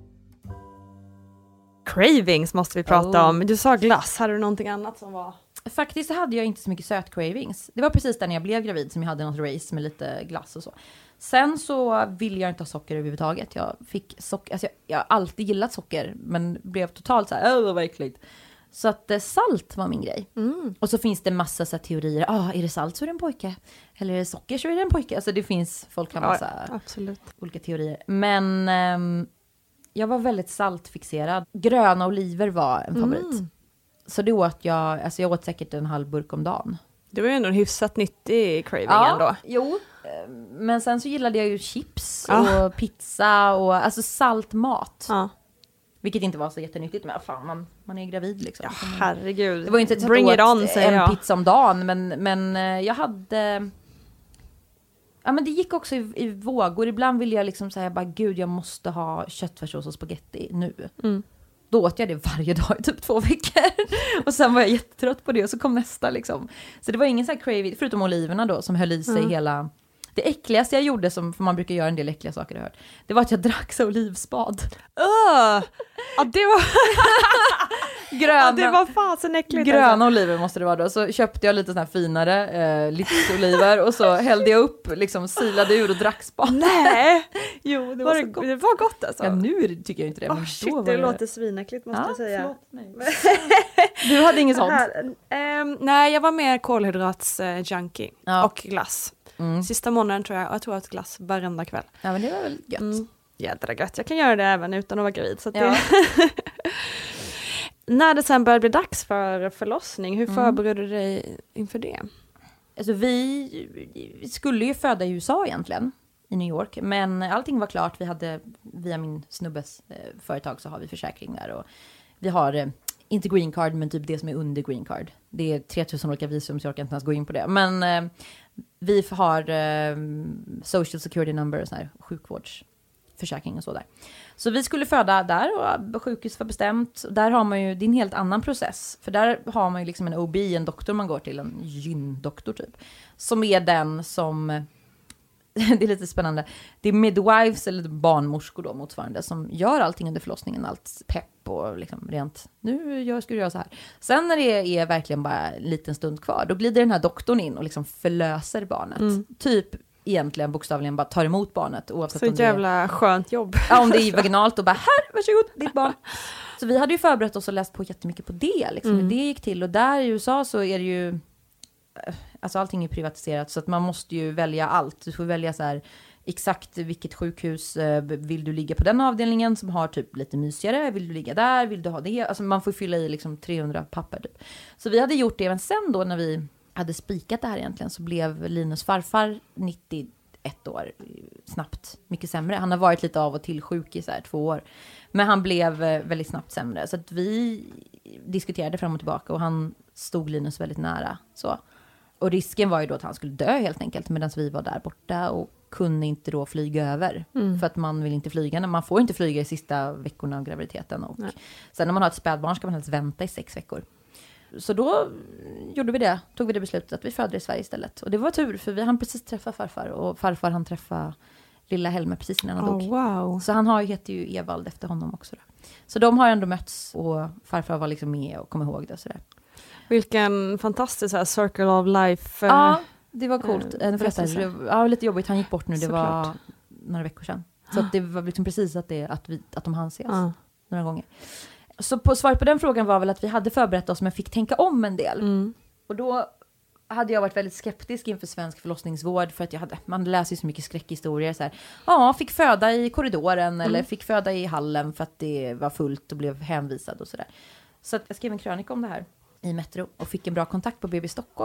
Cravings måste vi prata om. Du sa glass, hade du någonting annat som var? Faktiskt så hade jag inte så mycket söt-cravings. Det var precis där när jag blev gravid som jag hade något race med lite glass och så. Sen så ville jag inte ha socker överhuvudtaget. Jag fick socker, alltså jag har alltid gillat socker men blev totalt så här, vad äckligt. Så att salt var min grej. Och så finns det massa så här teorier. Är det salt så är det en pojke. Eller är det socker så är det en pojke. Alltså det finns, folk har massa olika teorier. Men jag var väldigt saltfixerad. Gröna oliver var en favorit. Så det åt jag åt säkert en halv burk om dagen. Det var ju ändå en hyfsat nyttig craving ändå. Jo. Men sen så gillade jag ju chips och pizza och alltså saltmat. Vilket inte var så jättenyttigt, men fan, man är gravid liksom. Ja, herregud. Det var inte Bring it on, säger jag. En pizza om dagen, men jag hade... Ja, men det gick också i vågor. Ibland ville jag liksom säga, bara gud, jag måste ha köttfärssås och spaghetti nu. Då åt jag det varje dag i typ 2 veckor. Och sen var jag jättetrött på det och så kom nästa liksom. Så det var ingen sån här craving, förutom oliverna då, som höll i sig hela... Det äckligaste jag gjorde, för man brukar göra en del äckliga saker, jag hört, det var att jag drack så olivspad. Ja, det var... gröna, det var fasen äckligt. Gröna oliver måste det vara då. Så köpte jag lite sån här finare livsoliver och så hällde jag upp, liksom silade ur och drack spad. Nej! Jo, det var så gott. Det var gott alltså. Ja, nu tycker jag inte det. Men shit, då var det låter svinäckligt måste jag säga. Förlåt mig. Du hade inget sånt? Nej, jag var mer kolhydrats-junkie och glass. Sista månaden tror jag att glass varenda kväll. Ja, men det var väl gött. Jädra gött. Jag kan göra det även utan att vara gravid. Så att det... När det sen började bli dags för förlossning, hur förberedde du dig inför det? Alltså vi skulle ju föda i USA egentligen, i New York. Men allting var klart. Vi hade, via min snubbes företag så har vi försäkring där. Och vi har inte green card, men typ det som är under green card. Det är 3000 olika visum, så jag kan inte ens gå in på det. Men vi har social security number och sån här sjukvårdsförsäkring och så där. Så vi skulle föda där och sjukhus var bestämt. Där har man ju, det är en helt annan process. För där har man ju liksom en OB, en doktor man går till, en gyndoktor typ. Som är den som, det är lite spännande. Det är midwives eller barnmorskor då motsvarande som gör allting under förlossningen. Allt pepp och liksom rent, nu ska du göra så här. Sen när det är verkligen bara en liten stund kvar, då glider den här doktorn in och liksom förlöser barnet. Typ egentligen bokstavligen bara tar emot barnet. Oavsett så om jävla skönt jobb. Ja, om det är vaginalt och bara här, varsågod, ditt barn. Så vi hade ju förberett oss och läst på jättemycket på det. Liksom, hur det gick till. Och där i USA så är det ju, alltså allting är privatiserat. Så att man måste ju välja allt. Du får välja så här, exakt vilket sjukhus vill du ligga på den avdelningen som har typ lite mysigare. Vill du ligga där? Vill du ha det? Alltså man får fylla i liksom 300 papper typ. Så vi hade gjort det, men sen då när vi hade spikat det här egentligen så blev Linus farfar 91 år snabbt mycket sämre. Han har varit lite av och till sjuk i så här 2 år. Men han blev väldigt snabbt sämre. Så att vi diskuterade fram och tillbaka och han stod Linus väldigt nära. Så. Och risken var ju då att han skulle dö helt enkelt medan vi var där borta och kunde inte då flyga över. För att man vill inte flyga. Man får inte flyga i sista veckorna av graviditeten. Och sen när man har ett spädbarn ska man helst vänta i 6 veckor. Så då gjorde vi det, tog vi det beslutet att vi födde i Sverige istället. Och det var tur, för vi hann precis träffa farfar. Och farfar han träffa lilla Helmer precis innan han dog. Wow. Så han heter ju Evald efter honom också. Då. Så de har ändå mötts och farfar var liksom med och kom ihåg det. Sådär. Vilken fantastisk här, circle of life. Ja, det var coolt. Ja, lite jobbigt, han gick bort nu, det var några veckor sedan. Så att det var liksom precis att de hann ses några gånger. Så svar på den frågan var väl att vi hade förberett oss men fick tänka om en del. Och då hade jag varit väldigt skeptisk inför svensk förlossningsvård för att man läser ju så mycket skräckhistorier så här. Fick föda i korridoren eller fick föda i hallen för att det var fullt och blev hänvisad och sådär. Så att jag skrev en krönika om det här i Metro och fick en bra kontakt på BB Stockholm.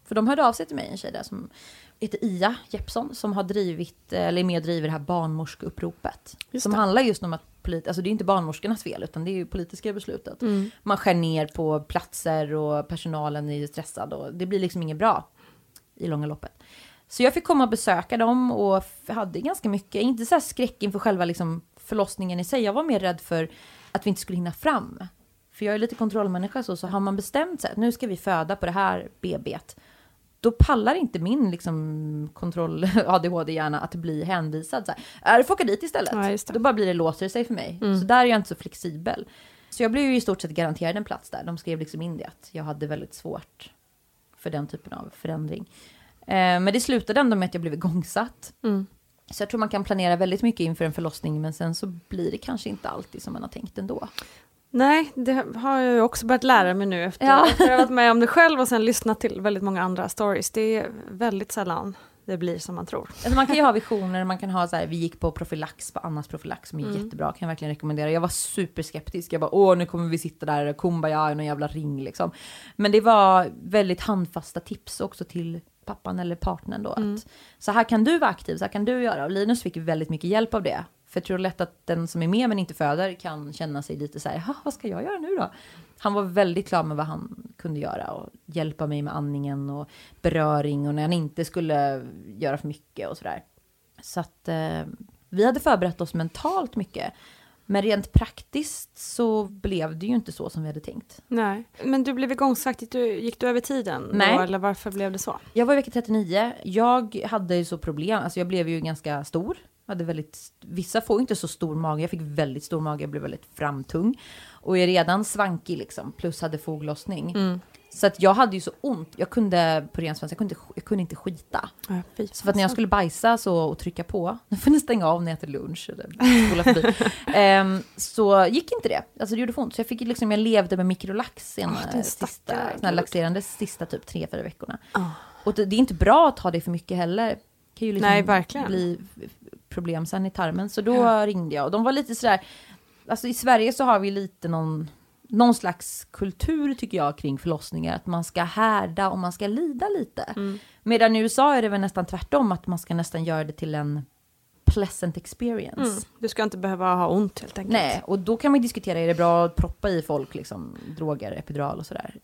För de hörde av sig till mig, en tjej där som heter Ia Jeppsson, som har drivit, eller är med och driver det här barnmorskeuppropet. Som handlar just om att alltså det är inte barnmorskornas fel, utan det är ju politiska beslutet. Man skär ner på platser och personalen är stressad och det blir liksom inget bra i långa loppet. Så jag fick komma och besöka dem och hade ganska mycket, inte så här skräck inför själva liksom förlossningen i sig. Jag var mer rädd för att vi inte skulle hinna fram. För jag är lite kontrollmänniska så har man bestämt sig att nu ska vi föda på det här BB:t. Då pallar inte min liksom kontroll ADHD-hjärna att bli hänvisad. Så här, du får åka dit istället. Ja, då bara blir det låser sig för mig. Så där är jag inte så flexibel. Så jag blev ju i stort sett garanterad en plats där. De skrev liksom in det att jag hade väldigt svårt för den typen av förändring. Men det slutade ändå med att jag blev igångsatt. Så jag tror man kan planera väldigt mycket inför en förlossning. Men sen så blir det kanske inte alltid som man har tänkt ändå. Nej, det har jag ju också börjat lära mig nu efter att jag har varit med om det själv och sen lyssnat till väldigt många andra stories. Det är väldigt sällan det blir som man tror. Alltså man kan ju ha visioner, man kan ha så här, vi gick på profylax, på Annas profylax som är jättebra, kan jag verkligen rekommendera. Jag var superskeptisk, jag bara, nu kommer vi sitta där, kumbaya i någon jävla ring liksom. Men det var väldigt handfasta tips också till pappan eller partnern då. Att, så här kan du vara aktiv, så här kan du göra. Och Linus fick väldigt mycket hjälp av det. För jag tror lätt att den som är med men inte föder kan känna sig lite så här, vad ska jag göra nu då? Han var väldigt klar med vad han kunde göra och hjälpa mig med andningen och beröring och när han inte skulle göra för mycket och sådär. Så att vi hade förberett oss mentalt mycket. Men rent praktiskt så blev det ju inte så som vi hade tänkt. Nej, men du blev igångsatt, gick du över tiden? Nej. Då, eller varför blev det så? Jag var i vecka 39. Jag hade ju så problem, alltså jag blev ju ganska stor. Vissa får inte så stor mage. Jag fick väldigt stor mage, jag blev väldigt framtung. Och är redan svankig liksom, plus hade foglossning. Så att jag hade ju så ont. Jag kunde på ren svenska, jag kunde inte skita. Så för att när jag skulle bajsa och trycka på, nu får ni stänga av när jag äter lunch så gick inte det. Alltså det gjorde ont. Så jag fick liksom, jag levde med mikrolax laxerande sista typ 3-4 veckorna. Och det är inte bra att ta det för mycket heller. Kan ju liksom Nej, verkligen. Bli problem sen i tarmen. Så då ringde jag och de var lite sådär, alltså i Sverige så har vi lite någon slags kultur tycker jag kring förlossningar, att man ska härda och man ska lida lite. Medan i USA är det väl nästan tvärtom, att man ska nästan göra det till en pleasant experience. Du ska inte behöva ha ont helt enkelt. Nej, och då kan man diskutera, är det bra att proppa i folk liksom, droger, epidural och sådär.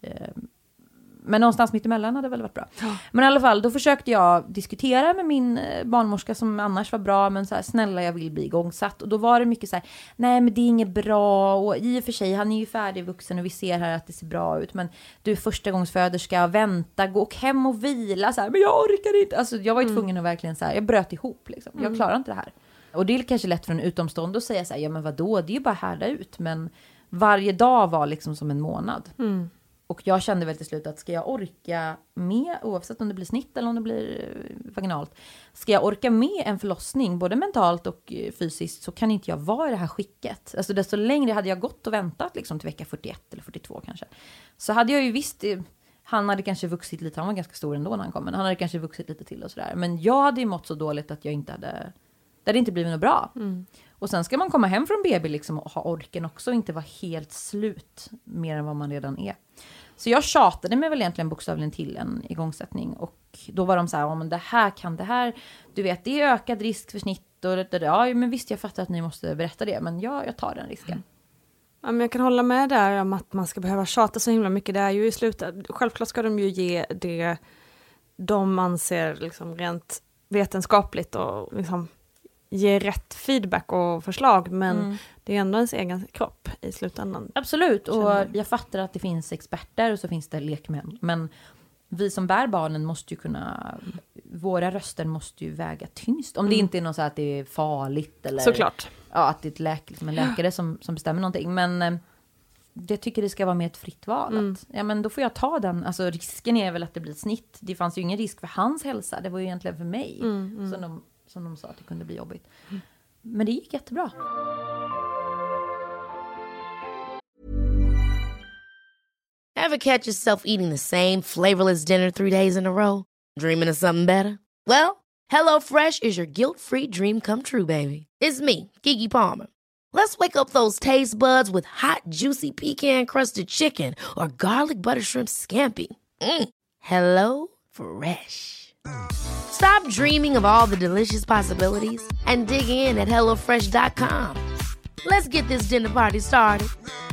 Men någonstans mitt emellan hade det väl varit bra. Men i alla fall, då försökte jag diskutera med min barnmorska som annars var bra. Men så här, snälla jag vill bli igångsatt. Och då var det mycket så här, nej men det är inget bra. Och i och för sig, han är ju färdigvuxen och vi ser här att det ser bra ut. Men du är förstagångsföderska, vänta, gå och hem och vila. Så här, men jag orkar inte. Alltså jag var ju tvungen att verkligen så här, jag bröt ihop liksom. Jag klarar inte det här. Och det är kanske lätt för en utomstående att säga så här, ja men vadå, det är ju bara härda ut. Men varje dag var liksom som en månad. Och jag kände väl till slut att ska jag orka med, oavsett om det blir snitt eller om det blir vaginalt, ska jag orka med en förlossning, både mentalt och fysiskt, så kan inte jag vara i det här skicket. Alltså desto längre hade jag gått och väntat liksom till vecka 41 eller 42 kanske. Så hade jag ju visst, han hade kanske vuxit lite, han var ganska stor ändå när han kom, men han hade kanske vuxit lite till och sådär. Men jag hade ju mått så dåligt att jag inte hade, det hade inte blivit något bra. Och sen ska man komma hem från BB liksom och ha orken också och inte vara helt slut mer än vad man redan är. Så jag tjatade mig väl egentligen bokstavligen till en igångsättning. Och då var de så här, men det här, du vet, det är ökad risk för snitt. Och det. Ja, men visst, jag fattar att ni måste berätta det, men jag tar den risken. Ja, men jag kan hålla med där om att man ska behöva tjata så himla mycket. Det är ju i slutet, självklart ska de ju ge det de anser liksom rent vetenskapligt och liksom ge rätt feedback och förslag, men det är ändå ens egen kropp i slutändan. Absolut, och jag fattar att det finns experter och så finns det lekmän, men vi som bär barnen måste ju kunna, våra röster måste ju väga tyngst. Om det inte är något så att det är farligt eller såklart. Ja, att det är en läkare som bestämmer någonting, men jag tycker det ska vara mer ett fritt val. Att, ja, men då får jag ta den. Alltså risken är väl att det blir ett snitt. Det fanns ju ingen risk för hans hälsa, det var ju egentligen för mig som de sa att det kunde bli jobbigt. Men det gick jättebra. Ever catch yourself eating the same flavorless dinner 3 days in a row? Dreaming of something better? Well, HelloFresh is your guilt-free dream come true, baby. It's me, Keke Palmer. Let's wake up those taste buds with hot, juicy pecan-crusted chicken or garlic butter shrimp scampi. Hello Fresh. Stop dreaming of all the delicious possibilities and dig in at HelloFresh.com. Let's get this dinner party started.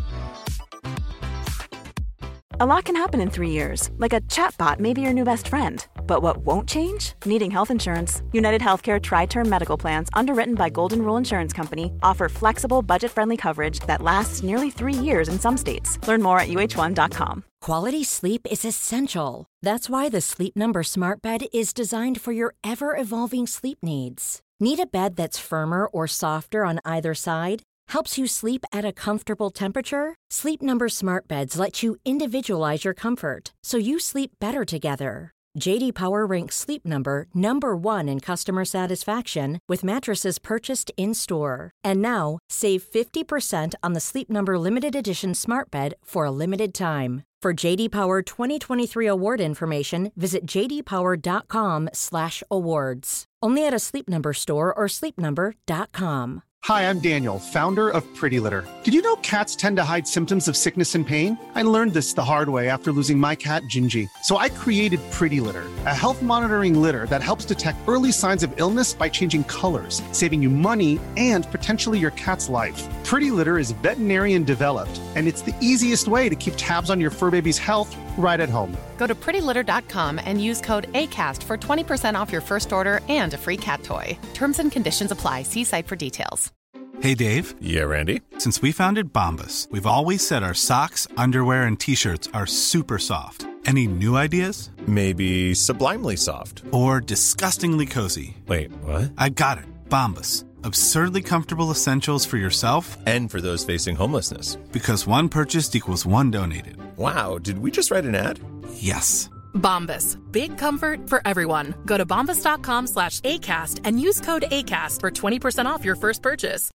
A lot can happen in 3 years, like a chatbot may be your new best friend. But what won't change? Needing health insurance. United Healthcare Tri-Term Medical Plans, underwritten by Golden Rule Insurance Company, offer flexible, budget-friendly coverage that lasts nearly 3 years in some states. Learn more at uh1.com. Quality sleep is essential. That's why the Sleep Number Smart Bed is designed for your ever-evolving sleep needs. Need a bed that's firmer or softer on either side? Helps you sleep at a comfortable temperature? Sleep Number Smart Beds let you individualize your comfort, so you sleep better together. J.D. Power ranks Sleep Number #1 in customer satisfaction with mattresses purchased in-store. And now, save 50% on the Sleep Number Limited Edition Smart Bed for a limited time. For J.D. Power 2023 award information, visit jdpower.com/awards. Only at a Sleep Number store or sleepnumber.com. Hi, I'm Daniel, founder of Pretty Litter. Did you know cats tend to hide symptoms of sickness and pain? I learned this the hard way after losing my cat, Gingy. So I created Pretty Litter, a health monitoring litter that helps detect early signs of illness by changing colors, saving you money and potentially your cat's life. Pretty Litter is veterinarian developed, and it's the easiest way to keep tabs on your fur baby's health right at home. Go to prettylitter.com and use code ACAST for 20% off your first order and a free cat toy. Terms and conditions apply. See site for details. Hey, Dave. Yeah, Randy. Since we founded Bombas, we've always said our socks, underwear, and T-shirts are super soft. Any new ideas? Maybe sublimely soft. Or disgustingly cozy. Wait, what? I got it. Bombas. Absurdly comfortable essentials for yourself and for those facing homelessness. Because one purchased equals one donated. Wow, did we just write an ad? Yes. Bombas. Big comfort for everyone. Go to bombas.com/ACAST and use code ACAST for 20% off your first purchase.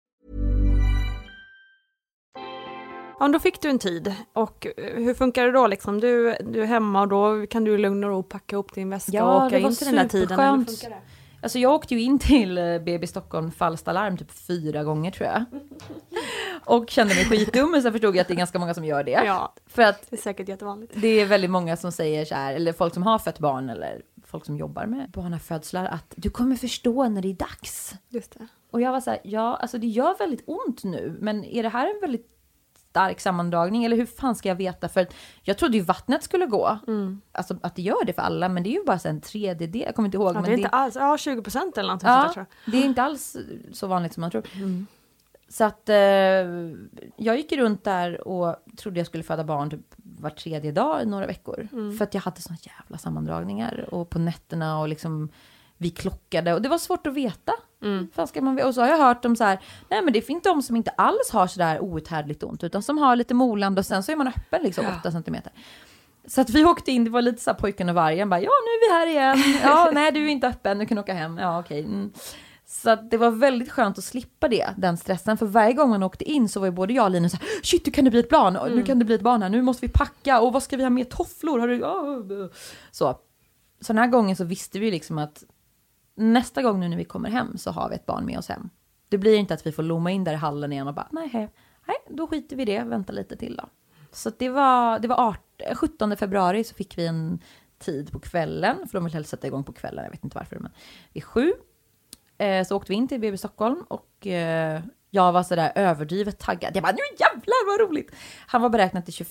Ja, då fick du en tid. Och hur funkar det då? Liksom, du är hemma och då kan du i lugn och ro packa upp din väska och åka in till den här tiden. Eller hur funkar det? Alltså jag åkte ju in till BB Stockholm falskt alarm typ 4 gånger tror jag. Och kände mig skitdum, men så förstod jag att det är ganska många som gör det. Ja, för att det är säkert jättevanligt. Det är väldigt många som säger så här, eller folk som har fött barn eller folk som jobbar med barnafödslar, att du kommer förstå när det är dags. Just det. Och jag var så här, ja, alltså det gör väldigt ont nu, men är det här en väldigt stark sammandragning, eller hur fan ska jag veta? För jag trodde ju vattnet skulle gå. Alltså att det gör det för alla, men det är ju bara så en tredjedel, jag kommer inte ihåg. Ja, men det är inte alls, 20% eller någonting ja, sånt där, tror jag. Det är inte alls så vanligt som man tror. Så att jag gick runt där och trodde jag skulle föda barn typ var 3:e dag i några veckor. För att jag hade såna jävla sammandragningar och på nätterna och liksom vi klockade och det var svårt att veta. Och så har jag hört om så här, nej men det finns de som inte alls har så där outhärdligt ont utan som har lite moland och sen så är man öppen liksom 8 centimeter. Så att vi åkte in, det var lite så här pojken och vargen bara, ja nu är vi här igen. Ja, nej du är inte öppen, du kan åka hem. Ja okej. Så att det var väldigt skönt att slippa den stressen. För varje gång man åkte in så var ju både jag och Linus så här, shit, nu kan det bli ett barn. Nu kan det bli ett barn här. Nu måste vi packa. Och vad ska vi ha med? Tofflor? Har du... Så den här gången så visste vi liksom att nästa gång nu när vi kommer hem så har vi ett barn med oss hem. Det blir inte att vi får lomma in där i hallen igen och bara, nej, då skiter vi det. Vänta lite till då. Så det var 17 februari så fick vi en tid på kvällen. För de vill helst sätta igång på kvällen. Jag vet inte varför. Men vid 7 så åkte vi in till BB Stockholm och jag var sådär överdrivet taggad. Jag bara, nu jävlar vad roligt! Han var beräknat till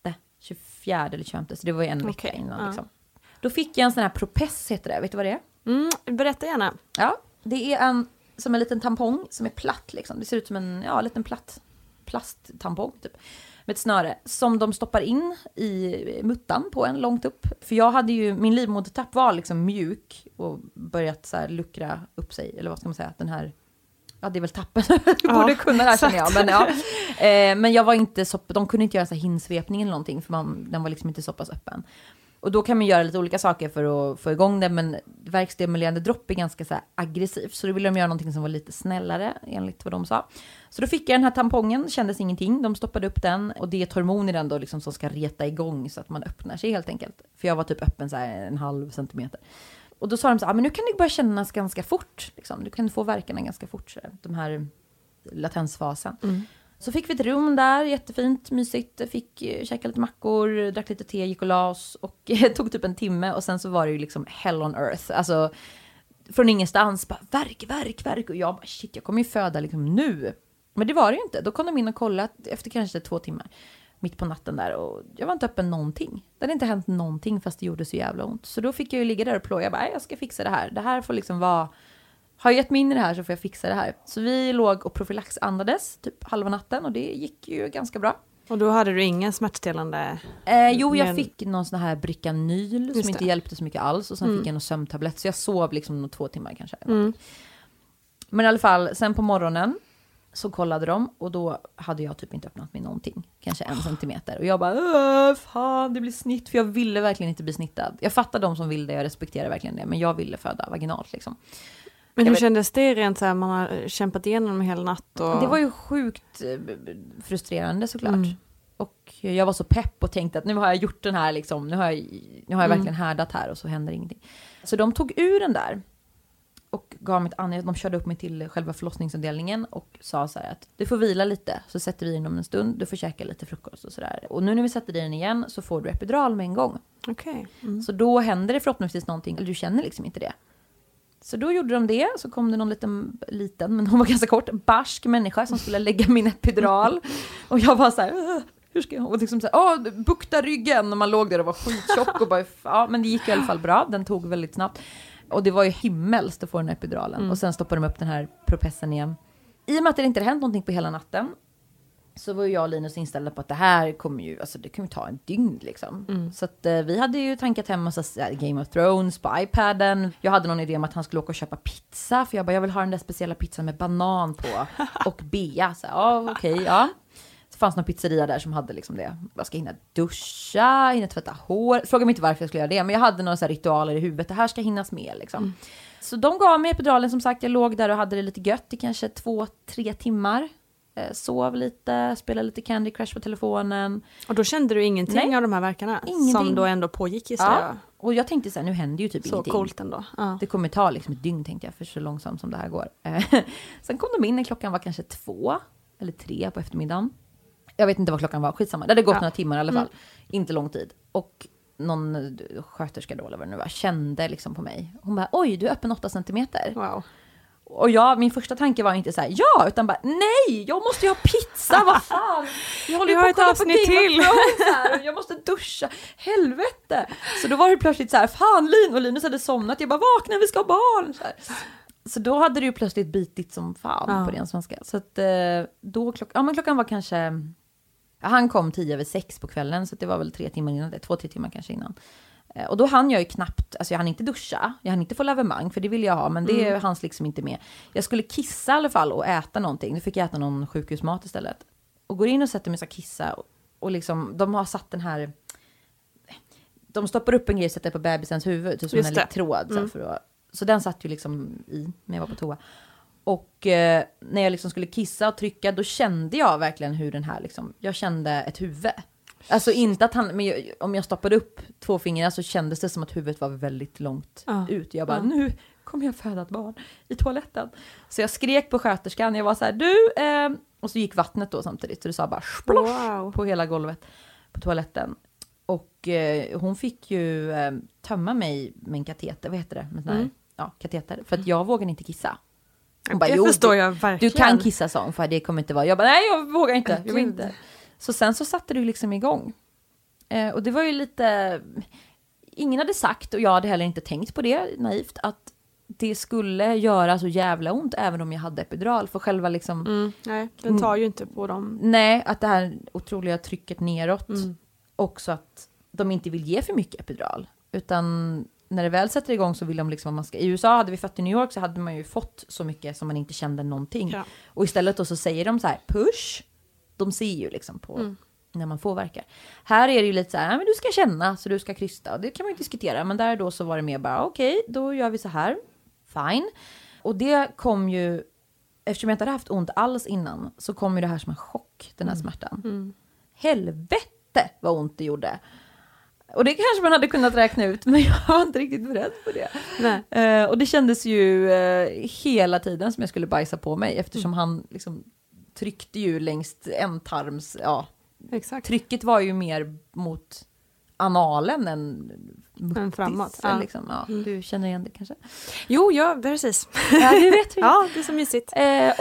24 eller 25, så det var ju en vecka innan. Liksom. Då fick jag en sån här Propess, heter det. Vet du vad det är? Berätta gärna. Ja, det är som en liten tampong som är platt. Liksom. Det ser ut som en liten platt plasttampong typ. Med ett snöre som de stoppar in i muttan på en långt upp. För jag hade ju, min livmodertapp var liksom mjuk och börjat så här luckra upp sig. Eller vad ska man säga, den här, ja det är väl tappen. Jag borde kunna det här känner jag. Men, ja. Men jag var inte så, de kunde inte göra så här hinsvepning eller någonting för den var liksom inte så pass öppen. Och då kan man göra lite olika saker för att få igång det. Men verkstimulerande dropp är ganska så här aggressivt. Så då ville de göra någonting som var lite snällare enligt vad de sa. Så då fick jag den här tampongen, kändes ingenting. De stoppade upp den och det är ett hormon i den då liksom som ska reta igång så att man öppnar sig helt enkelt. För jag var typ öppen så här 1,5 centimeter. Och då sa de så här, men nu kan det börja kännas ganska fort. Liksom. Du kan få verkarna ganska fort, så här, de här latensfasen. Så fick vi ett rum där, jättefint, mysigt. Fick käka lite mackor, drack lite te, gick och la oss. Och tog typ en timme och sen så var det ju liksom hell on earth. Alltså från ingenstans, bara verk. Och jag bara shit, jag kommer ju föda liksom nu. Men det var det ju inte. Då kom de in och kollade efter kanske 2 timmar. Mitt på natten där och jag var inte öppen någonting. Det hade inte hänt någonting fast det gjorde så jävla ont. Så då fick jag ju ligga där och plåga. Jag bara, jag ska fixa det här. Det här får liksom vara... Har jag gett mig in i det här så får jag fixa det här. Så vi låg och profylaxandades typ halva natten och det gick ju ganska bra. Och då hade du ingen smärtstillande? Jo, jag fick någon sån här Bricanyl som inte hjälpte så mycket alls. Och sen fick jag någon sömntablett så jag sov liksom 2 timmar kanske. Men i alla fall, sen på morgonen så kollade de och då hade jag typ inte öppnat mig någonting. Kanske 1 centimeter. Och jag bara, fan det blir snitt. För jag ville verkligen inte bli snittad. Jag fattar de som vill det, jag respekterar verkligen det. Men jag ville föda vaginalt liksom. Men hur kändes det rent så här, man har kämpat igenom hela natt? Och... Det var ju sjukt frustrerande såklart. Och jag var så pepp och tänkte att nu har jag gjort den här liksom, nu har jag verkligen härdat här och så händer ingenting. Så de tog ur den där och gav mig ett annat, de körde upp mig till själva förlossningsavdelningen och sa så här att du får vila lite så sätter vi in om en stund, du får käka lite frukost och sådär. Och nu när vi sätter den igen så får du epidural med en gång. Okej. Så då händer det förhoppningsvis någonting, eller du känner liksom inte det. Så då gjorde de det, så kom det någon liten men hon var ganska kort, barsk människa som skulle lägga min epidural. Och jag var så här, hur ska jag? Och liksom så här, bukta ryggen. Och man låg där och var skittjock och bara, ja, men det gick i alla fall bra. Den tog väldigt snabbt. Och det var ju himmelskt att få den här epiduralen. Och sen stoppade de upp den här propessen igen. I och med att det inte hade hänt någonting på hela natten så var jag och Linus inställda på att det här kommer ju, alltså det kommer ju ta en dygn liksom. Så att vi hade ju tankat hem massa Game of Thrones på iPaden. Jag hade någon idé om att han skulle åka och köpa pizza. För jag vill ha den där speciella pizzan med banan på och bea. Så okej. Det fanns någon pizzeria där som hade liksom det. Jag ska hinna duscha, hinna tvätta hår. Fråga mig inte varför jag skulle göra det. Men jag hade några så här ritualer i huvudet. Det här ska hinnas med liksom. Så de gav mig epiduralen som sagt. Jag låg där och hade det lite gött i kanske 2-3 timmar. Sov lite, spelade lite Candy Crush på telefonen. Och då kände du ingenting av de här verkarna? Ingenting. Som då ändå pågick i sig? Ja, och jag tänkte så här, nu händer ju typ så ingenting. Så coolt ändå. Ja. Det kommer ta liksom ett dygn tänkte jag, för så långsamt som det här går. Sen kom de in när klockan var kanske 2 eller 3 på eftermiddagen. Jag vet inte vad klockan var, skitsamma. Det hade gått några timmar i alla fall. Inte lång tid. Och någon sköterska då, eller vad det nu var, kände liksom på mig. Hon bara, oj, du är öppen 8 centimeter. Wow. Och min första tanke var inte så här, ja, utan bara, nej, jag måste ju ha pizza, vad fan. Jag håller ju på att kolla på Game of Thrones här, och jag måste duscha, helvete. Så då var det plötsligt så här, fan, Linus hade somnat, jag bara, vakna, vi ska ha barn. Så då hade det ju plötsligt bitit som fan på ren svenska. Så att då klockan var kanske, han kom 5:10 på kvällen, så det var väl 3 timmar innan, 2-3 timmar kanske innan. Och då hann jag ju knappt, alltså jag hann inte duscha, jag hann inte få lavemang, för det ville jag ha, men det hanns liksom inte med. Jag skulle kissa i alla fall och äta någonting, då fick jag äta någon sjukhusmat istället. Och går in och sätter mig och kissa, och liksom, de har satt den här, de stoppar upp en grej och sätter på bebisens huvud, typ som en elektrod. Så den satt ju liksom i när jag var på toa. Och när jag liksom skulle kissa och trycka, då kände jag verkligen hur den här liksom, jag kände ett huvud. Alltså inte att om jag stoppade upp 2 fingrar så kändes det som att huvudet var väldigt långt ut. Jag bara, nu kommer jag föda ett barn i toaletten. Så jag skrek på sköterskan, jag var så här, och så gick vattnet då samtidigt. Så det sa bara splosh på hela golvet på toaletten. Och hon fick ju tömma mig med en kateter, vad heter det? Med sån här, kateter. För att jag vågade inte kissa. Hon bara, förstår jag verkligen. Du kan kissa sån, för det kommer inte vara. Jag bara, nej, jag vågar inte. Jag vill inte. Så sen så satte du liksom igång. Och det var ju lite, ingen hade sagt, och jag hade heller inte tänkt på det naivt, att det skulle göra så jävla ont även om jag hade epidural. För själva liksom... nej, den tar ju inte på dem. Nej, att det här otroliga trycket neråt. Också att de inte vill ge för mycket epidural. Utan när det väl sätter igång så vill de liksom, I USA hade vi fått i New York så hade man ju fått så mycket som man inte kände någonting. Ja. Och istället då så säger de så här, push. De ser ju liksom på när man får verkar. Här är det ju lite så här, men du ska känna så du ska krysta. Det kan man ju diskutera. Men där då så var det mer bara, okej, då gör vi så här. Fine. Och det kom ju, eftersom jag inte hade haft ont alls innan, så kom ju det här som en chock, den här smärtan. Helvete vad ont det gjorde. Och det kanske man hade kunnat räkna ut, men jag var inte riktigt beredd på det. Och det kändes ju hela tiden som jag skulle bajsa på mig, eftersom han liksom tryckte ju längst ändtarms, Exakt. Trycket var ju mer mot analen än framåt. Ja. Liksom. Ja, du känner igen det kanske? Jo, precis. Ja, det vet vi. Ja, det är så mysigt.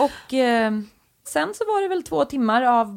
Sen så var det väl 2 timmar av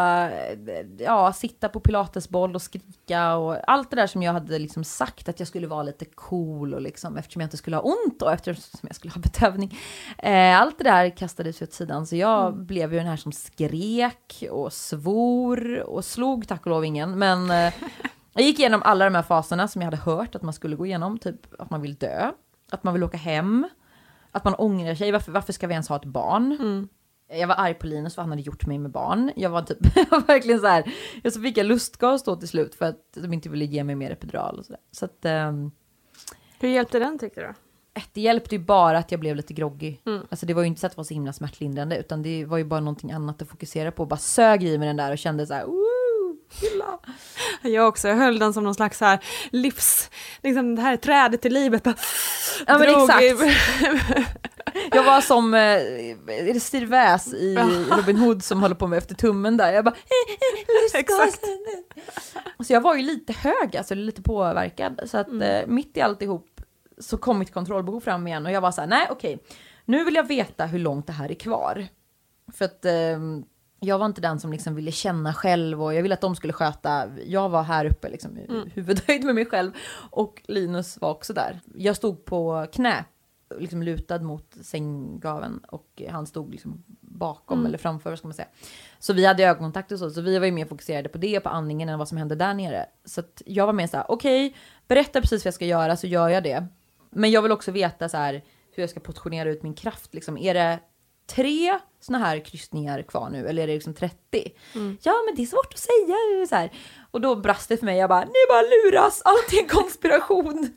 bara sitta på pilatesboll och skrika och allt det där som jag hade liksom sagt att jag skulle vara lite cool och liksom, eftersom jag inte skulle ha ont och eftersom jag skulle ha bedövning. Allt det där kastades åt sidan, så jag blev ju den här som skrek och svor och slog, tack och lov ingen, men jag gick igenom alla de här faserna som jag hade hört att man skulle gå igenom, typ att man vill dö, att man vill åka hem, att man ångrar sig, varför ska vi ens ha ett barn? Jag var arg på Linus för han hade gjort mig med barn. Jag var typ verkligen så här. Så fick jag lustgas då till slut för att de inte ville ge mig mer epidural och sådär. Så att, hur hjälpte den, tyckte du? Det hjälpte ju bara att jag blev lite groggy. Alltså det var ju inte så att det var så himla smärtlindrande, utan det var ju bara någonting annat att fokusera på. Bara sög i mig den där och kände så här, gilla. Jag också, jag höll den som någon slags så här liksom det här trädet i livet. Bara, ja, men exakt. Jag var som är det Steve Väs i Robin Hood som håller på med efter tummen där. Jag bara exakt. Så jag var ju lite hög, alltså lite påverkad. Så att mitt i alltihop så kom mitt kontrollbehov fram igen. Och jag var så här, nej okej. Nu vill jag veta hur långt det här är kvar. För att jag var inte den som liksom ville känna själv. Och jag ville att de skulle sköta. Jag var här uppe liksom huvudhöjd med mig själv. Och Linus var också där. Jag stod på knä, liksom lutad mot sänggaven, och han stod liksom bakom eller framför, ska man säga. Så vi hade ögonkontakt och så vi var ju mer fokuserade på det, på andningen, än vad som hände där nere. Så att jag var mer så här, okej, berätta precis vad jag ska göra så gör jag det. Men jag vill också veta så här hur jag ska portionera ut min kraft liksom. Är det 3 såna här kryssningar kvar nu, eller är det liksom 30? Ja, men det är svårt att säga så här. Och då brast det för mig, jag bara, ni bara luras, allt är en konspiration.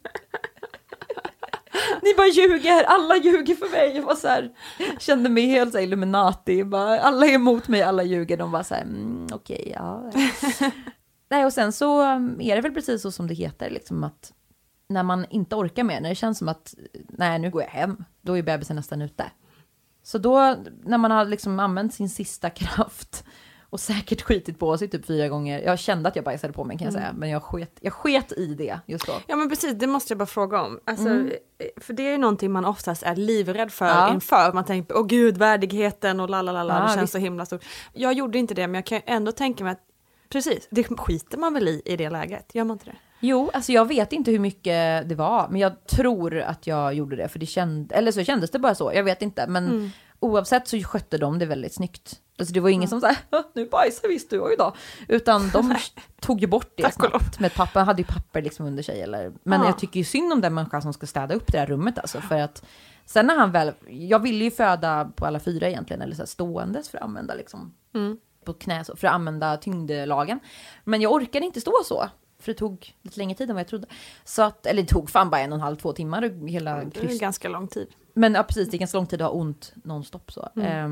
Ni bara ljuger, alla ljuger för mig. Jag var så här, kände mig helt så här Illuminati. Bara, alla är emot mig, alla ljuger. De var så här, okej, ja. Nej, och sen så är det väl precis så som det heter. Liksom att när man inte orkar mer, när det känns som att nej, nu går jag hem. Då är bebisen nästan ute. Så då, när man har liksom använt sin sista kraft och säkert skitit på sig typ 4 gånger. Jag kände att jag bajsade på mig, kan jag säga. Men jag sket i det just då. Ja, men precis, det måste jag bara fråga om. Alltså, för det är ju någonting man oftast är livrädd för inför. Man tänker, åh gud, värdigheten och lalalala, det känns så himla stort. Jag gjorde inte det, men jag kan ändå tänka mig att precis, det skiter man väl i det läget. Gör man inte det? Jo, alltså jag vet inte hur mycket det var, men jag tror att jag gjorde det, för det så kändes det bara så. Jag vet inte, men oavsett så skötte de det väldigt snyggt. Alltså det var ingen som sa, nu bajsar visst du idag. Utan de tog ju bort det snabbt med papper. Hade ju papper liksom under sig. Men jag tycker ju synd om den människa som ska städa upp det här rummet. Alltså, för att sen när han väl, jag ville ju föda på alla 4 egentligen. Eller så här ståendes för att använda liksom på knä, för att använda tyngdlagen. Men jag orkade inte stå så. För det tog lite längre tid än vad jag trodde. Så att, eller det tog fan bara 1,5-2 timmar. Hela det är ganska lång tid. Men ja, precis, det är ganska lång tid att ha ont nonstop så.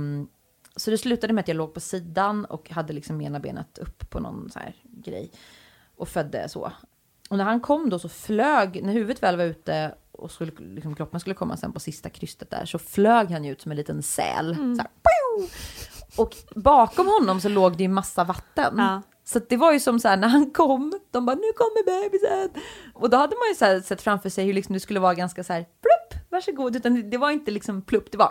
Så det slutade med att jag låg på sidan och hade liksom ena benet upp på någon så här grej. Och födde så. Och när han kom då så flög, när huvudet väl var ute och skulle, liksom, kroppen skulle komma sen på sista krystet där, så flög han ut som en liten säl. Så här, och bakom honom så låg det ju massa vatten. Ja. Så det var ju som så här, när han kom, de bara, nu kommer bebisen. Och då hade man ju så här sett framför sig hur liksom det skulle vara ganska så här, plupp, varsågod. Utan det var inte liksom plupp, det var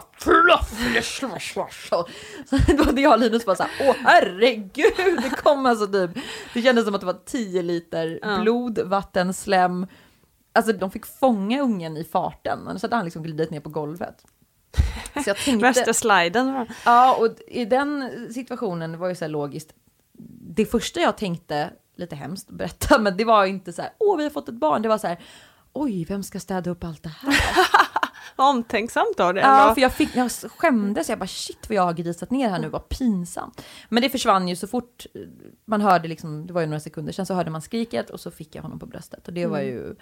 fluff. Så då hade jag och Linus bara så här, åh herregud, det kom alltså typ. Det kändes som att det var 10 liter blod, vatten, slem. Alltså de fick fånga ungen i farten. Så hade han liksom glidit ner på golvet. Så jag tänkte, värsta sliden. Ja, och i den situationen var ju så här logiskt. Det första jag tänkte, lite hemskt att berätta, men det var inte så här, åh vi har fått ett barn. Det var så här, oj vem ska städa upp allt det här? Omtänksamt då det. Ja, för jag skämdes, jag bara shit vad jag har grisat ner här nu, vad pinsamt. Men det försvann ju så fort man hörde liksom, det var ju några sekunder sen så hörde man skriket och så fick jag honom på bröstet. Och det var ju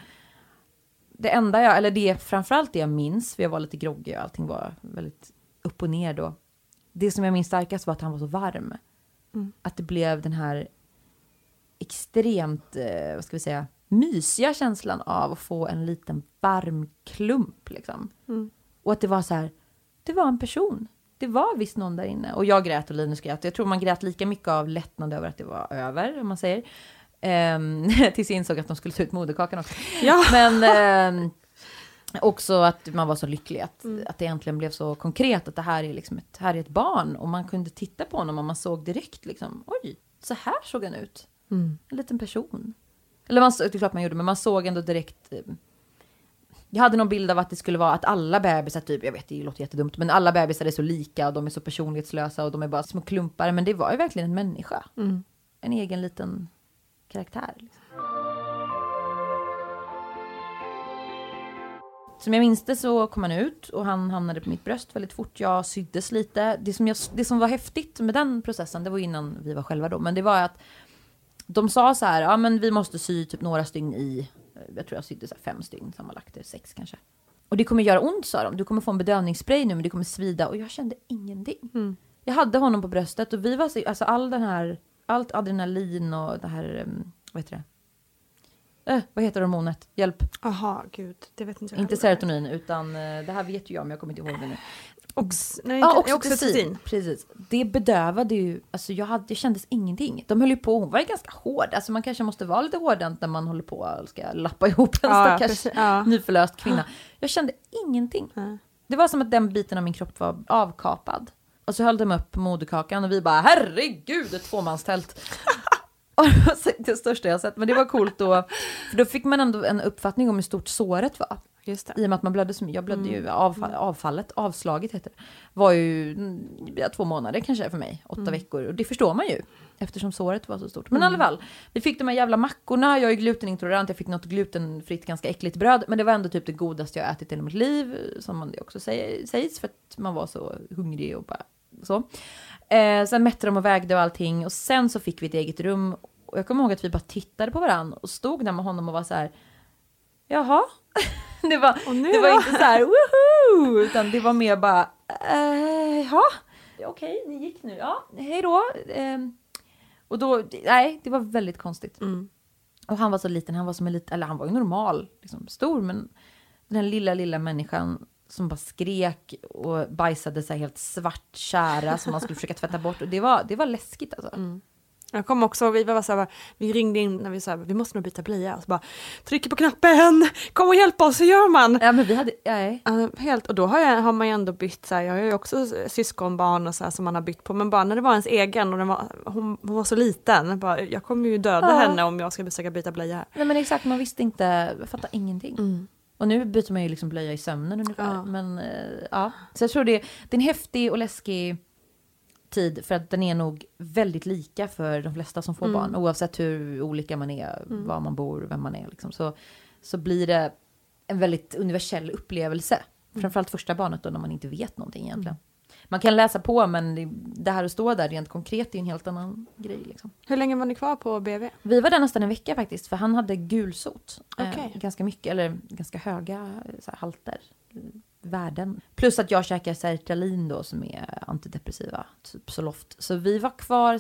det enda det framförallt det jag minns, för jag var lite groggy och allting var väldigt upp och ner då. Det som jag minns starkast var att han var så varm. Att det blev den här extremt, vad ska vi säga, mysiga känslan av att få en liten varm klump liksom. Och att det var så här, det var en person. det var visst någon där inne. Och jag grät och Linus grät. Jag tror man grät lika mycket av lättnad över att det var över, om man säger. Tills jag insåg att de skulle ta ut moderkakan också. Ja. Men också att man var så lycklig att det egentligen blev så konkret att det här är liksom här är ett barn. Och man kunde titta på honom och man såg direkt liksom, oj, så här såg han ut. En liten person. Eller det är klart man gjorde, men man såg ändå direkt. Jag hade någon bild av att det skulle vara att alla bebisar typ, jag vet det låter jättedumt, men alla bebisar är så lika och de är så personlighetslösa och de är bara små klumpar, men det var ju verkligen en människa. En egen liten karaktär. Liksom. Som jag minns det så kom han ut och han hamnade på mitt bröst väldigt fort. Jag syddes lite. Det som var häftigt med den processen, det var innan vi var själva då, men det var att de sa så här, ja men vi måste sy typ några stygn i, jag tror jag sydde så här 5 stygn sammanlagt, 6 kanske. Och det kommer göra ont, sa de. Du kommer få en bedövningsspray nu, men det kommer svida. Och jag kände ingenting. Jag hade honom på bröstet och vi var så, alltså allt adrenalin och det här, vad heter det? Vad heter hormonet? Hjälp. Aha, gud. Det vet inte jag. Inte serotonin, utan det här vet ju jag, men jag kommer inte ihåg det nu. Oxytocin. Precis. Det bedövade ju, alltså jag kändes ingenting. De höll ju på, hon var ju ganska hård. Alltså man kanske måste vara lite hårdhänt när man håller på och ska lappa ihop en stackars nyförlöst kvinna. Jag kände ingenting. Det var som att den biten av min kropp var avkapad. Och så höll de upp moderkakan och vi bara, herregud, ett tvåmanstält. Det största jag sett, men det var coolt då. För då fick man ändå en uppfattning om hur stort såret var. Just det. I och med att man blödde så mycket. Jag blödde ju avslaget heter det. Var ju 2 månader kanske för mig. 8 veckor. Och det förstår man ju. Eftersom såret var så stort. Men i alla fall. Vi fick de här jävla mackorna. Jag är glutenintolerant. Jag fick något glutenfritt, ganska äckligt bröd. Men det var ändå typ det godaste jag ätit i hela mitt liv. Som man också sägs. För att man var så hungrig och bara så. Sen mätte de och vägde och allting. Och sen så fick vi ett eget rum. Och jag kommer ihåg att vi bara tittade på varandra. Och stod där med honom och var så här. Jaha. Det var inte så här woohoo, utan det var mer bara ja, okej, ni gick nu. Ja, hej då. Och då, nej, det var väldigt konstigt. Och han var så liten, han var ju normal, liksom stor, men den här lilla människan som bara skrek och bajsade så här helt svart kära som man skulle försöka tvätta bort. Och det var läskigt alltså. Jag kommer också, vi ringde in när vi sa vi måste nog byta blöja och så bara trycker på knappen, kom och hjälp oss, så gör man. Ja, men vi hade helt, och då har man ju ändå bytt så här, jag har ju också syskonbarn och så här som man har bytt på, men bara när det var ens egen och hon var så liten, bara, jag kommer ju döda henne om jag ska försöka byta blöja här. Nej men exakt, man visste inte, jag fattar ingenting. Och nu byter man ju liksom blöja i sömnen ungefär. Men så jag tror det är en häftig och läskig tid, för att den är nog väldigt lika för de flesta som får barn, oavsett hur olika man är, var man bor, vem man är liksom, så blir det en väldigt universell upplevelse, framförallt första barnet då, när man inte vet någonting egentligen. Man kan läsa på, men det här att stå där rent konkret är en helt annan grej liksom. Hur länge var ni kvar på BB? Vi var där nästan en vecka faktiskt, för han hade gulsot. Ganska mycket, eller ganska höga så här, halter, värden. Plus att jag käkar sertralin då, som är antidepressiva, typ Zoloft. Så vi var kvar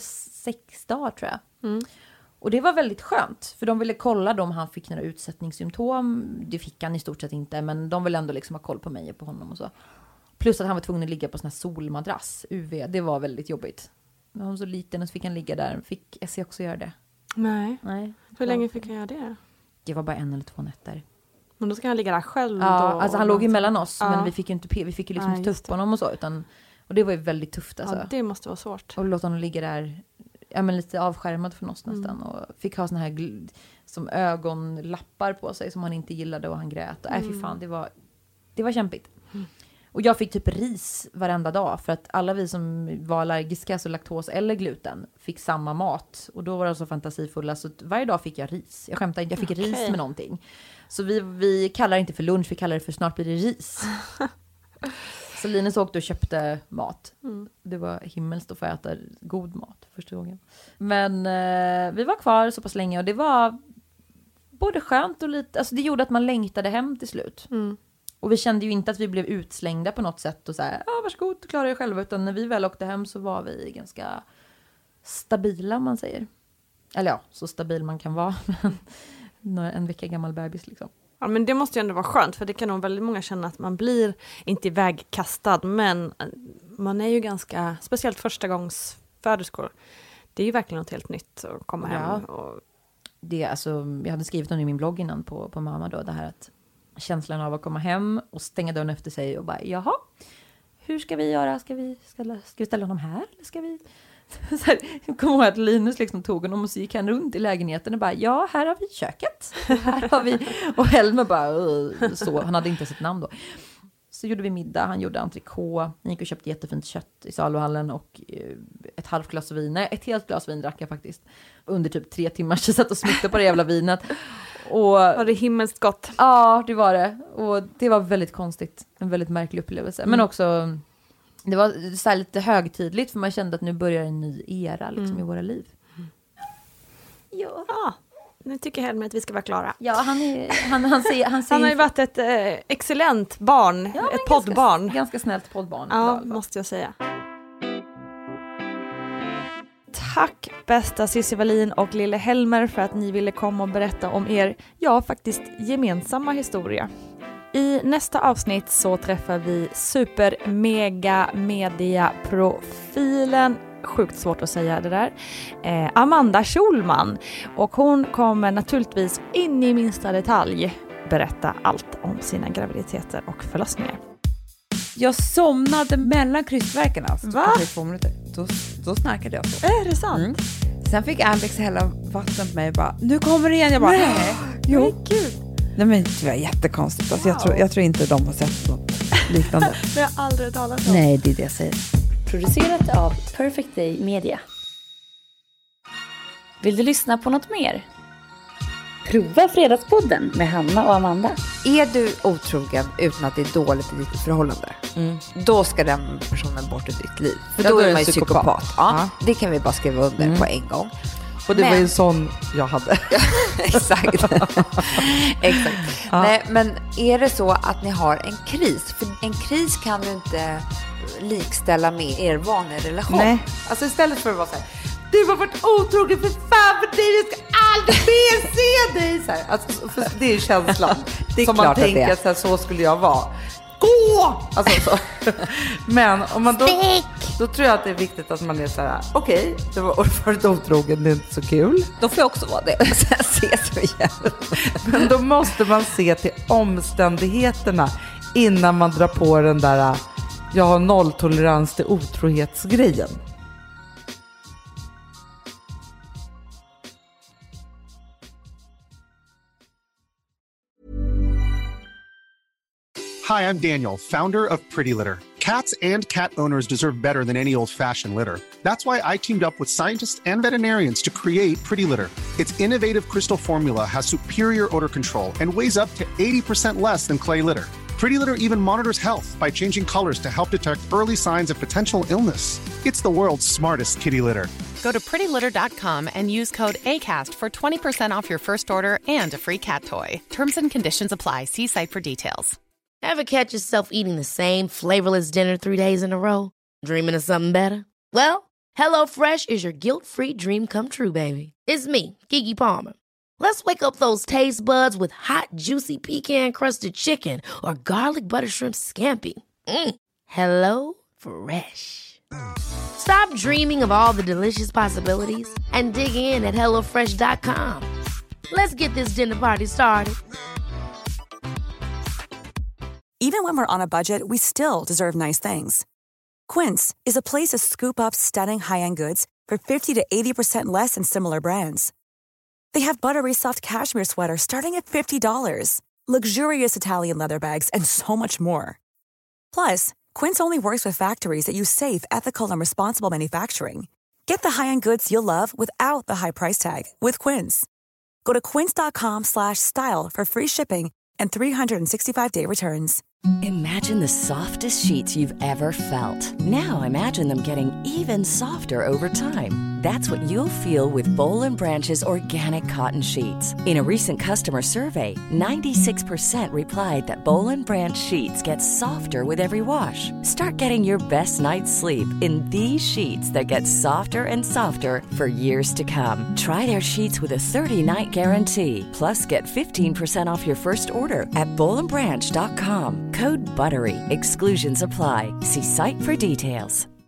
6 dagar tror jag. Och det var väldigt skönt, för de ville kolla om han fick några utsättningssymptom. Det fick han i stort sett inte, men de ville ändå liksom ha koll på mig och på honom och så. Plus att han var tvungen att ligga på sån här solmadrass, UV. Det var väldigt jobbigt. Han var så liten och så fick han ligga där. Fick Essie också göra det? Nej. Hur länge fick han göra det? Det var bara 1 eller 2 nätter. Men då ska han ligga där själv då? Ja, alltså han låg ju mellan oss, men vi fick ju liksom inte ta upp honom och så, och det var ju väldigt tufft alltså. Ja, det måste vara svårt. Och låta honom ligga där, ja men lite avskärmad från oss nästan, och fick ha såna här som ögonlappar på sig som han inte gillade, och han grät. Och fy fan, det var kämpigt. Och jag fick typ ris varenda dag, för att alla vi som var allergiska, så laktos eller gluten, fick samma mat. Och då var de så fantasifulla, så varje dag fick jag ris. Jag skämtar inte, jag fick ris med någonting. Så vi kallar det inte för lunch, vi kallar det för snart blir det ris. Så Linus åkte och köpte mat. Det var himmelskt att få äta god mat första gången. Men vi var kvar så pass länge, och det var både skönt och lite, alltså det gjorde att man längtade hem till slut. Och vi kände ju inte att vi blev utslängda på något sätt och så här, varsågod, klara er själva. Utan när vi väl åkte hem så var vi ganska stabila, man säger. Eller ja, så stabil man kan vara. En vecka gammal bebis liksom. Ja, men det måste ju ändå vara skönt, för det kan nog väldigt många känna att man blir inte ivägkastad, men man är ju ganska, speciellt första gångs föderskor. Det är ju verkligen något helt nytt att komma hem. Och... Det, alltså, jag hade skrivit om i min blogg innan på mamma då, det här att känslan av att komma hem och stänga dörren efter sig och bara, jaha, hur ska vi göra? Ska vi ställa honom här? Eller ska vi... Så här, jag kommer ihåg att Linus liksom tog honom och så gick han runt i lägenheten och bara, ja, här har vi köket. Här har vi... Och Helmer bara, så. Han hade inte sitt namn då. Så gjorde vi middag, han gjorde entrecote. Han gick och köpte jättefint kött i saluhallen och ett halvt glas vin. Nej, ett helt glas vin drack jag faktiskt. Under typ 3 timmar så satt och smittade på det jävla vinet. Och, var det himmelskt gott? Ja, det var det. Och det var väldigt konstigt. En väldigt märklig upplevelse. Men också, det var så här lite högtidligt, för man kände att nu börjar en ny era liksom, i våra liv. Ja. Nu tycker Helmer att vi ska vara klara. Ja, han har ju varit ett excellent barn, ett poddbarn. Ganska snällt poddbarn. Ja, måste jag säga. Tack bästa Cissi Wallin och lille Helmer för att ni ville komma och berätta om er, faktiskt gemensamma historia. I nästa avsnitt så träffar vi super mega media profilen, sjukt svårt att säga det där, Amanda Schulman, och hon kommer naturligtvis in i minsta detalj berätta allt om sina graviditeter och förlossningar. Jag somnade mellan krystvärkarna. Va? På 2 minuter. Då snarkade jag så. Är det sant? Sen fick Alex hälla vatten på mig och bara, nu kommer det igen. Jag bara, nej. Jo. Nej, men det var jättekonstigt. Alltså, jag tror inte de har sett något liknande. Det har jag aldrig talat om. Nej, det är det jag säger. Producerat av Perfect Day Media. Vill du lyssna på något mer? Prova Fredagspodden med Hanna och Amanda. Är du otrogen utan att det är dåligt i ditt förhållande, då ska den personen bort ur ditt liv. För då är man ju psykopat. Ja, det kan vi bara skriva under på en gång. Och det var ju en sån jag hade. Exakt. Exakt. Ja. Nej, men är det så att ni har en kris? För en kris kan du inte likställa med er vanliga relation. Nej. Alltså istället för att vara så här, du har varit otrogen för fan för dig, jag ska aldrig mer se dig. Så här, alltså, för det är känslan. Det är som man tänker att så skulle jag vara. Gå! Alltså så. Men om man då tror jag att det är viktigt att man är så här, okej, det var varit otrogen, det är inte så kul. Då får jag också vara det. Och sen ses vi igen. Men då måste man se till omständigheterna innan man drar på den där, jag har nolltolerans till otrohetsgrejen. Hi, I'm Daniel, founder of Pretty Litter. Cats and cat owners deserve better than any old-fashioned litter. That's why I teamed up with scientists and veterinarians to create Pretty Litter. Its innovative crystal formula has superior odor control and weighs up to 80% less than clay litter. Pretty Litter even monitors health by changing colors to help detect early signs of potential illness. It's the world's smartest kitty litter. Go to prettylitter.com and use code ACAST for 20% off your first order and a free cat toy. Terms and conditions apply. See site for details. Ever catch yourself eating the same flavorless dinner 3 days in a row? Dreaming of something better? Well, HelloFresh is your guilt-free dream come true, baby. It's me, Keke Palmer. Let's wake up those taste buds with hot, juicy pecan-crusted chicken or garlic butter shrimp scampi. Hello Fresh. Stop dreaming of all the delicious possibilities and dig in at HelloFresh.com. Let's get this dinner party started. Even when we're on a budget, we still deserve nice things. Quince is a place to scoop up stunning high-end goods for 50 to 80% less than similar brands. They have buttery soft cashmere sweaters starting at $50, luxurious Italian leather bags, and so much more. Plus, Quince only works with factories that use safe, ethical, and responsible manufacturing. Get the high-end goods you'll love without the high price tag with Quince. Go to quince.com/style for free shipping and 365-day returns. Imagine the softest sheets you've ever felt. Now imagine them getting even softer over time. That's what you'll feel with Boll & Branch's organic cotton sheets. In a recent customer survey, 96% replied that Boll & Branch sheets get softer with every wash. Start getting your best night's sleep in these sheets that get softer and softer for years to come. Try their sheets with a 30-night guarantee. Plus, get 15% off your first order at bollandbranch.com. Code BUTTERY. Exclusions apply. See site for details.